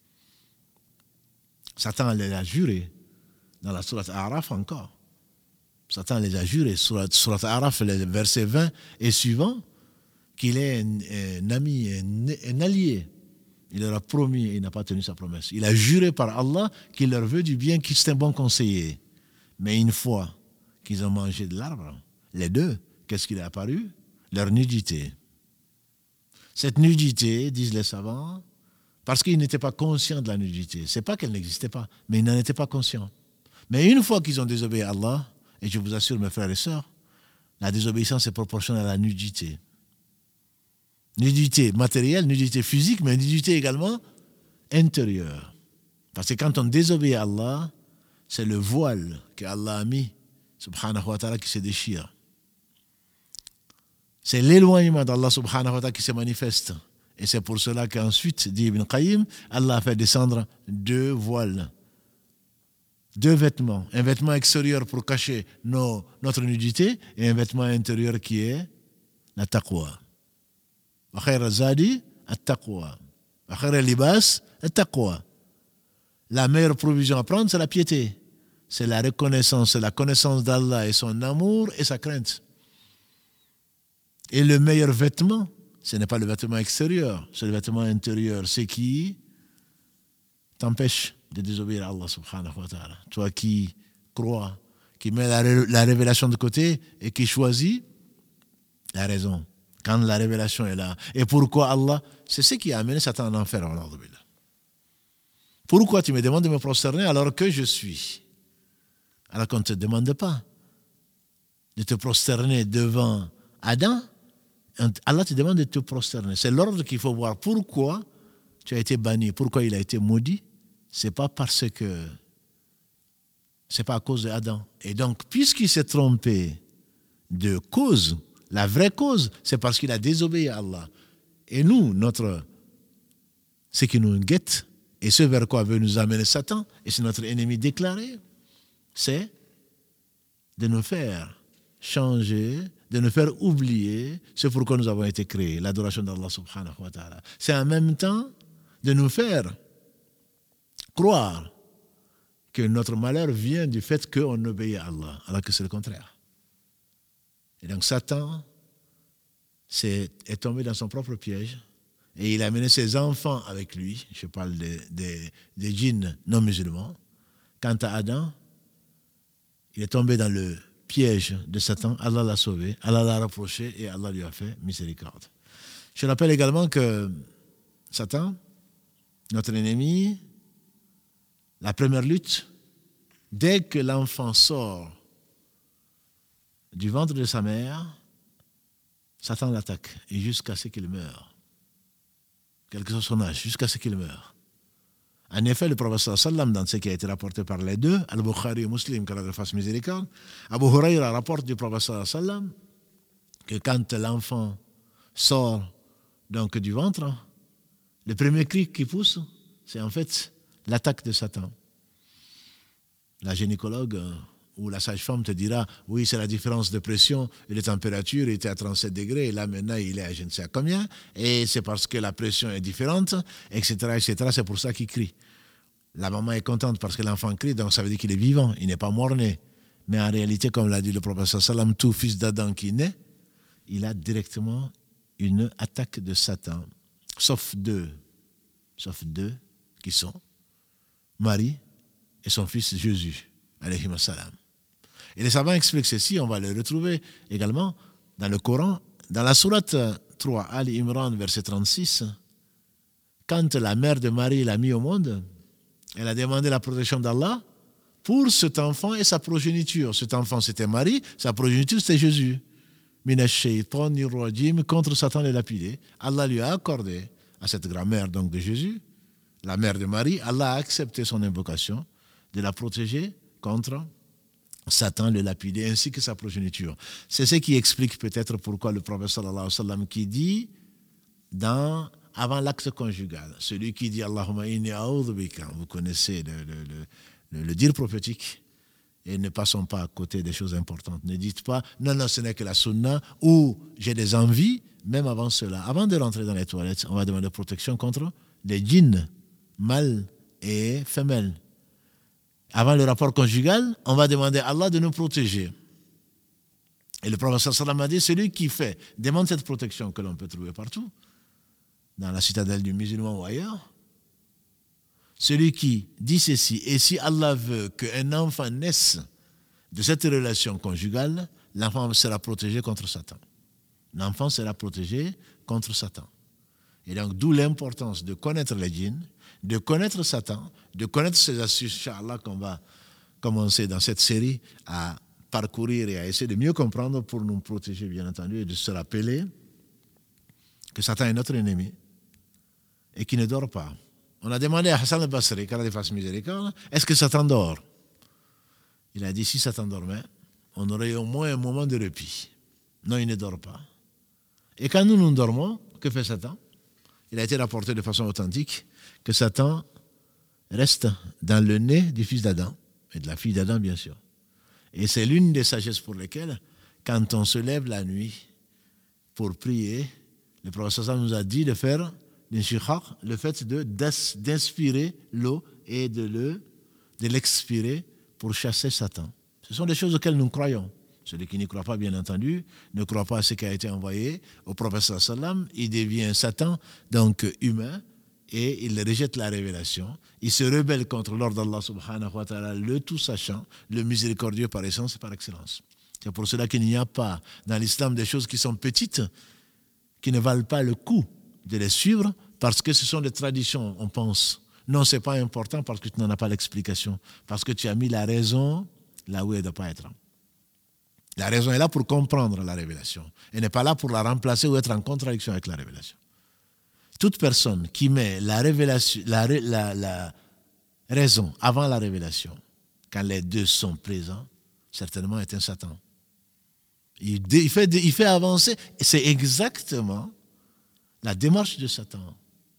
S1: Satan les a juré, dans la sourate Araf encore. Satan les a jurés, sur la sourate Araf, le verset vingt et suivant, qu'il est un, un ami, un, un allié. Il leur a promis et il n'a pas tenu sa promesse. Il a juré par Allah qu'il leur veut du bien, qu'il est un bon conseiller. Mais une fois qu'ils ont mangé de l'arbre, les deux, qu'est-ce qu'il est apparu? Leur nudité. Cette nudité, disent les savants, parce qu'ils n'étaient pas conscients de la nudité. Ce n'est pas qu'elle n'existait pas, mais ils n'en étaient pas conscients. Mais une fois qu'ils ont désobéi à Allah, et je vous assure, mes frères et sœurs, la désobéissance est proportionnelle à la nudité. Nudité matérielle, nudité physique, mais nudité également intérieure. Parce que quand on désobéit à Allah, c'est le voile que Allah a mis, subhanahu wa ta'ala, qui se déchire. C'est l'éloignement d'Allah subhanahu wa ta'ala qui se manifeste. Et c'est pour cela qu'ensuite, dit Ibn Qayyim, Allah a fait descendre deux voiles, deux vêtements. Un vêtement extérieur pour cacher nos, notre nudité et un vêtement intérieur qui est la taqwa. Wa khayra zadi at-taqwa. Wa khayra libas at-taqwa. La meilleure provision à prendre, c'est la piété. C'est la reconnaissance, c'est la connaissance d'Allah et son amour et sa crainte. Et le meilleur vêtement, ce n'est pas le vêtement extérieur, c'est le vêtement intérieur. C'est qui t'empêche de désobéir à Allah subhanahu wa ta'ala. Toi qui crois, qui met la, ré- la révélation de côté et qui choisit la raison. Quand la révélation est là. Et pourquoi Allah? C'est ce qui a amené Satan en enfer. Pourquoi tu me demandes de me prosterner alors que je suis? Alors qu'on ne te demande pas de te prosterner devant Adam. Allah te demande de te prosterner. C'est l'ordre qu'il faut voir. Pourquoi tu as été banni? Pourquoi il a été maudit? C'est pas parce que c'est pas à cause d'Adam. Et donc, puisqu'il s'est trompé de cause, la vraie cause, c'est parce qu'il a désobéi à Allah. Et nous, notre, ce qui nous guette, et ce vers quoi veut nous amener Satan, et c'est notre ennemi déclaré, c'est de nous faire changer, de nous faire oublier ce pourquoi nous avons été créés, l'adoration d'Allah subhanahu wa ta'ala. C'est en même temps de nous faire croire que notre malheur vient du fait qu'on obéit à Allah, alors que c'est le contraire. Et donc Satan est, est tombé dans son propre piège et il a mené ses enfants avec lui. Je parle des, des, des djinns non musulmans. Quant à Adam, il est tombé dans le piège de Satan. Allah l'a sauvé, Allah l'a rapproché et Allah lui a fait miséricorde. Je rappelle également que Satan, notre ennemi, la première lutte, dès que l'enfant sort du ventre de sa mère, Satan l'attaque, et jusqu'à ce qu'il meure. Quel que soit son âge, jusqu'à ce qu'il meure. En effet, le prophète sallallahu alayhi wa sallam, dans ce qui a été rapporté par les deux, Al-Bukhari et Muslim, qu'Allah leur fasse miséricorde, Abu Huraira rapporte du prophète sallallahu alayhi wa sallam que quand l'enfant sort donc du ventre, le premier cri qui pousse, c'est en fait l'attaque de Satan. La gynécologue ou la sage-femme te dira, oui, c'est la différence de pression et de température, il était à trente-sept degrés, et là maintenant il est à je ne sais à combien, et c'est parce que la pression est différente, et cetera, et cetera, c'est pour ça qu'il crie. La maman est contente parce que l'enfant crie, donc ça veut dire qu'il est vivant, il n'est pas mort-né. Mais en réalité, comme l'a dit le prophète sallam, tout fils d'Adam qui naît, il a directement une attaque de Satan, sauf deux, sauf deux qui sont Marie et son fils Jésus, alayhi salam. Et les savants expliquent ceci, on va le retrouver également dans le Coran, dans la sourate trois, Ali Imran, verset trente-six, quand la mère de Marie l'a mis au monde, elle a demandé la protection d'Allah pour cet enfant et sa progéniture. Cet enfant, c'était Marie, sa progéniture, c'était Jésus. Minash shaytanir rajim, contre Satan le lapidé. Allah lui a accordé à cette grand-mère donc de Jésus, la mère de Marie, Allah a accepté son invocation de la protéger contre Satan le lapidé ainsi que sa progéniture. C'est ce qui explique peut-être pourquoi le prophète sallallahu alayhi wa sallam qui dit dans, avant l'acte conjugal, celui qui dit Allahumma inni a'udhu bika, vous connaissez le, le, le, le, le dire prophétique, et ne passons pas à côté des choses importantes. Ne dites pas non, non, ce n'est que la sunna ou j'ai des envies, même avant cela. Avant de rentrer dans les toilettes, on va demander protection contre les djinns, mâles et femelles. Avant le rapport conjugal, on va demander à Allah de nous protéger. Et le prophète sallam a dit, celui qui fait, demande cette protection que l'on peut trouver partout, dans la citadelle du musulman ou ailleurs. Celui qui dit ceci, et si Allah veut qu'un enfant naisse de cette relation conjugale, l'enfant sera protégé contre Satan. L'enfant sera protégé contre Satan. Et donc, d'où l'importance de connaître les djinns, de connaître Satan, de connaître ses astuces, Inch'Allah, qu'on va commencer dans cette série à parcourir et à essayer de mieux comprendre pour nous protéger, bien entendu, et de se rappeler que Satan est notre ennemi et qu'il ne dort pas. On a demandé à Hassan al-Basri, qu'Allah lui fasse miséricorde, est-ce que Satan dort? Il a dit, si Satan dormait, on aurait au moins un moment de répit. Non, il ne dort pas. Et quand nous, nous dormons, que fait Satan? Il a été rapporté de façon authentique que Satan reste dans le nez du fils d'Adam, et de la fille d'Adam, bien sûr. Et c'est l'une des sagesses pour lesquelles, quand on se lève la nuit pour prier, le prophète nous a dit de faire le fait de, d'inspirer l'eau et de, le, de l'expirer pour chasser Satan. Ce sont des choses auxquelles nous croyons. Celui qui n'y croit pas, bien entendu, ne croit pas à ce qui a été envoyé au prophète sallam. Il devient Satan, donc humain, et il rejette la révélation. Il se rebelle contre l'ordre d'Allah subhanahu wa ta'ala, le tout-sachant, le miséricordieux par essence et par excellence. C'est pour cela qu'il n'y a pas dans l'islam des choses qui sont petites, qui ne valent pas le coup de les suivre, parce que ce sont des traditions, on pense. Non, ce n'est pas important parce que tu n'en as pas l'explication, parce que tu as mis la raison là où elle ne doit pas être. La raison est là pour comprendre la révélation. Elle n'est pas là pour la remplacer ou être en contradiction avec la révélation. Toute personne qui met la, révélation, la, la, la raison avant la révélation, quand les deux sont présents, certainement est un Satan. Il, il, fait, il fait avancer, et c'est exactement la démarche de Satan.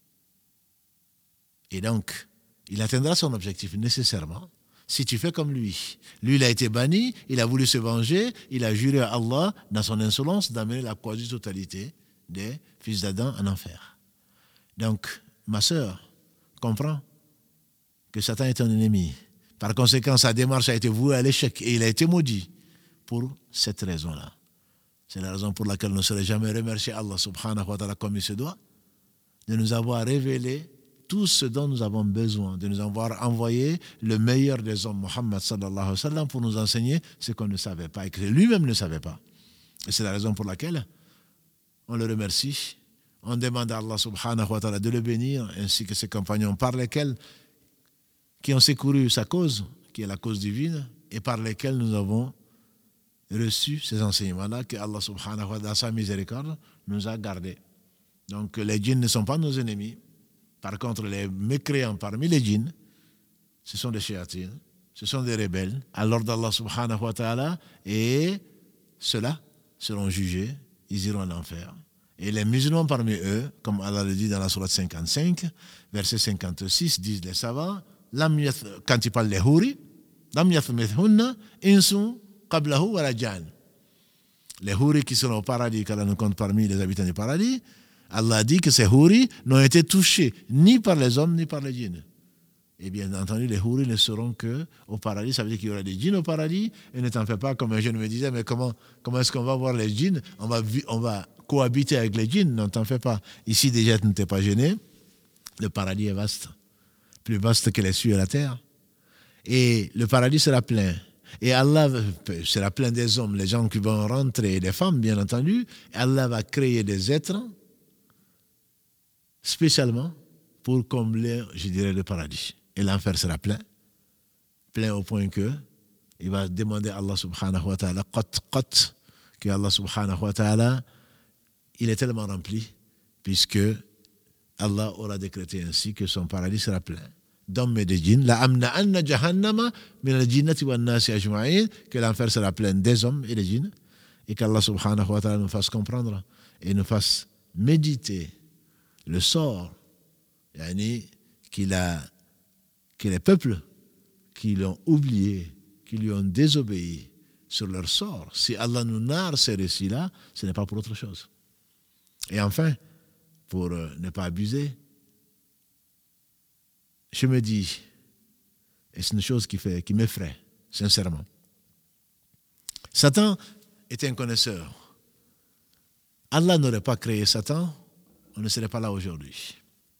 S1: Et donc, il atteindra son objectif nécessairement si tu fais comme lui. Lui, il a été banni, il a voulu se venger, il a juré à Allah, dans son insolence, d'amener la quasi-totalité des fils d'Adam en enfer. Donc, ma sœur, comprends que Satan est un ennemi. Par conséquent, sa démarche a été vouée à l'échec et il a été maudit pour cette raison-là. C'est la raison pour laquelle on ne saurait jamais remercier Allah subhanahu wa ta'ala comme il se doit, de nous avoir révélé tout ce dont nous avons besoin, de nous avoir envoyé le meilleur des hommes, Muhammad sallallahu alayhi wa sallam, pour nous enseigner ce qu'on ne savait pas et que lui-même ne savait pas. Et c'est la raison pour laquelle on le remercie. On demande à Allah subhanahu wa ta'ala de le bénir, ainsi que ses compagnons par lesquels qui ont secouru sa cause, qui est la cause divine, et par lesquels nous avons reçu ces enseignements-là que Allah subhanahu wa ta'ala, dans sa miséricorde, nous a gardés. Donc les djinns ne sont pas nos ennemis. Par contre, les mécréants parmi les djinns, ce sont des shayatines, ce sont des rebelles à l'ordre d'Allah subhanahu wa ta'ala, et ceux-là seront jugés, ils iront en enfer. Et les musulmans parmi eux, comme Allah le dit dans la sourate cinquante-cinq, verset cinquante-six, disent les savants, quand il parle des houris, lam yathmithunna insun qablahu wa la jan. Les houris qui seront au paradis, qu'Allah nous compte parmi les habitants du paradis, Allah dit que ces houris n'ont été touchés ni par les hommes ni par les djinns. Et bien entendu, les houris ne seront qu'au paradis. Ça veut dire qu'il y aura des djinns au paradis. Et ne t'en fais pas, comme un jeune me disait, mais comment, comment est-ce qu'on va voir les djinns? On va, on va cohabiter avec les djinns. Non, t'en fais pas. Ici, déjà, tu ne t'es pas gêné. Le paradis est vaste. Plus vaste que les cieux et la terre. Et le paradis sera plein. Et Allah sera plein des hommes, les gens qui vont rentrer, des femmes, bien entendu. Et Allah va créer des êtres spécialement pour combler, je dirais, le paradis. Et l'enfer sera plein, plein au point que il va demander à Allah subhanahu wa ta'ala, qat, qat, que Allah subhanahu wa ta'ala, il est tellement rempli, puisque Allah aura décrété ainsi que son paradis sera plein d'hommes et de djinns, la amna anna jahannama min al-jinnati wan nasi ajma'in, que l'enfer sera plein des hommes et des djinns, et qu'Allah subhanahu wa ta'ala nous fasse comprendre et nous fasse méditer le sort yani, qu'il a, que les peuples qui l'ont oublié, qui lui ont désobéi sur leur sort, si Allah nous narre ces récits-là, ce n'est pas pour autre chose. Et enfin, pour euh, ne pas abuser, je me dis, et c'est une chose qui, fait, qui m'effraie, sincèrement. Satan était un connaisseur. Allah n'aurait pas créé Satan, on ne serait pas là aujourd'hui.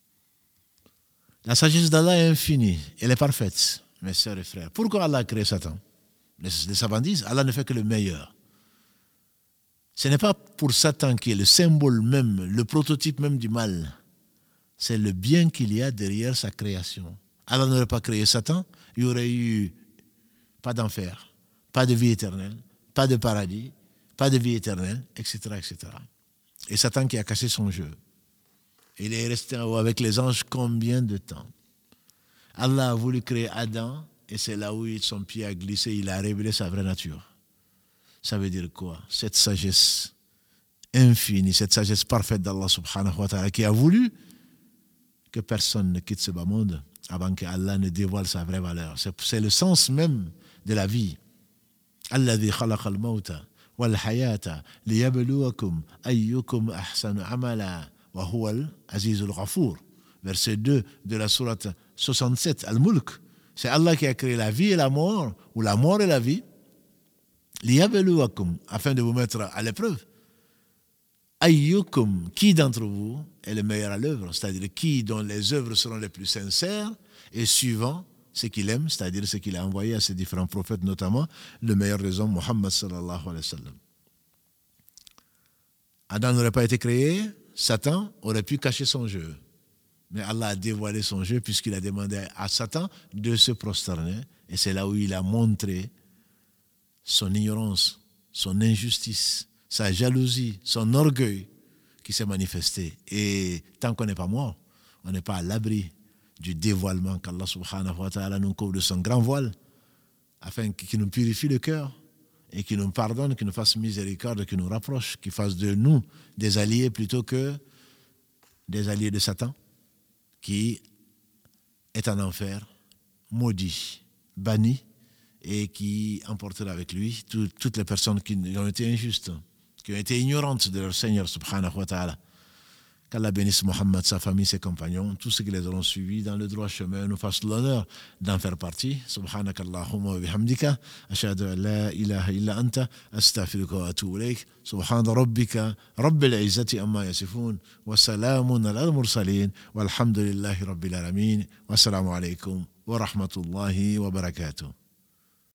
S1: La sagesse d'Allah est infinie, elle est parfaite, mes sœurs et frères. Pourquoi Allah a créé Satan? Les, les savants disent, Allah ne fait que le meilleur. Ce n'est pas pour Satan qui est le symbole même, le prototype même du mal. C'est le bien qu'il y a derrière sa création. Allah n'aurait pas créé Satan, il n'y aurait eu pas d'enfer, pas de vie éternelle, pas de paradis, pas de vie éternelle, et cetera, et cetera. Et Satan qui a cassé son jeu. Il est resté en haut avec les anges combien de temps? Allah a voulu créer Adam et c'est là où son pied a glissé, il a révélé sa vraie nature. Ça veut dire quoi? Cette sagesse infinie, cette sagesse parfaite d'Allah subhanahu wa ta'ala qui a voulu que personne ne quitte ce bas monde avant que Allah ne dévoile sa vraie valeur. C'est, c'est le sens même de la vie. Alladhi khalaqa al-mawta wal-hayata liyabluwakum ayyukum ahsanu amala wa huwa al-azizul ghafour. Verset deux de la sourate soixante-sept, Al-Mulk. C'est Allah qui a créé la vie et la mort, ou la mort et la vie, liyabluwakum, afin de vous mettre à l'épreuve. Ayyukum, qui d'entre vous est le meilleur à l'œuvre, c'est-à-dire qui dont les œuvres seront les plus sincères et suivant ce qu'il aime, c'est-à-dire ce qu'il a envoyé à ses différents prophètes, notamment le meilleur des hommes, Muhammad sallallahu alayhi wa sallam. Adam n'aurait pas été créé, Satan aurait pu cacher son jeu. Mais Allah a dévoilé son jeu puisqu'il a demandé à Satan de se prosterner. Et c'est là où il a montré son ignorance, son injustice, sa jalousie, son orgueil qui s'est manifesté. Et tant qu'on n'est pas mort, on n'est pas à l'abri du dévoilement qu'Allah subhanahu wa ta'ala nous couvre de son grand voile afin qu'il nous purifie le cœur et qu'il nous pardonne, qu'il nous fasse miséricorde, qu'il nous rapproche, qu'il fasse de nous des alliés plutôt que des alliés de Satan qui est en enfer, maudit, banni et qui emportera avec lui tout, toutes les personnes qui ont été injustes, qui ont été ignorantes de leur Seigneur subhanahu wa ta'ala. Qu'Allah bénisse Mohammed, sa famille, ses compagnons, tous ceux qui les auront suivis dans le droit chemin, nous fasse l'honneur d'en faire partie. Subhanaka Allahumma wa bihamdika, ashhadu an la ilaha illa anta, astaghfiruka wa atubu ilayk. Subhana rabbika, rabbil izzati amma yasifun, wa salamun ala al-mursalin, walhamdulillahi rabbil alamin, wa assalamu alaykum wa rahmatullahi wa barakatuh.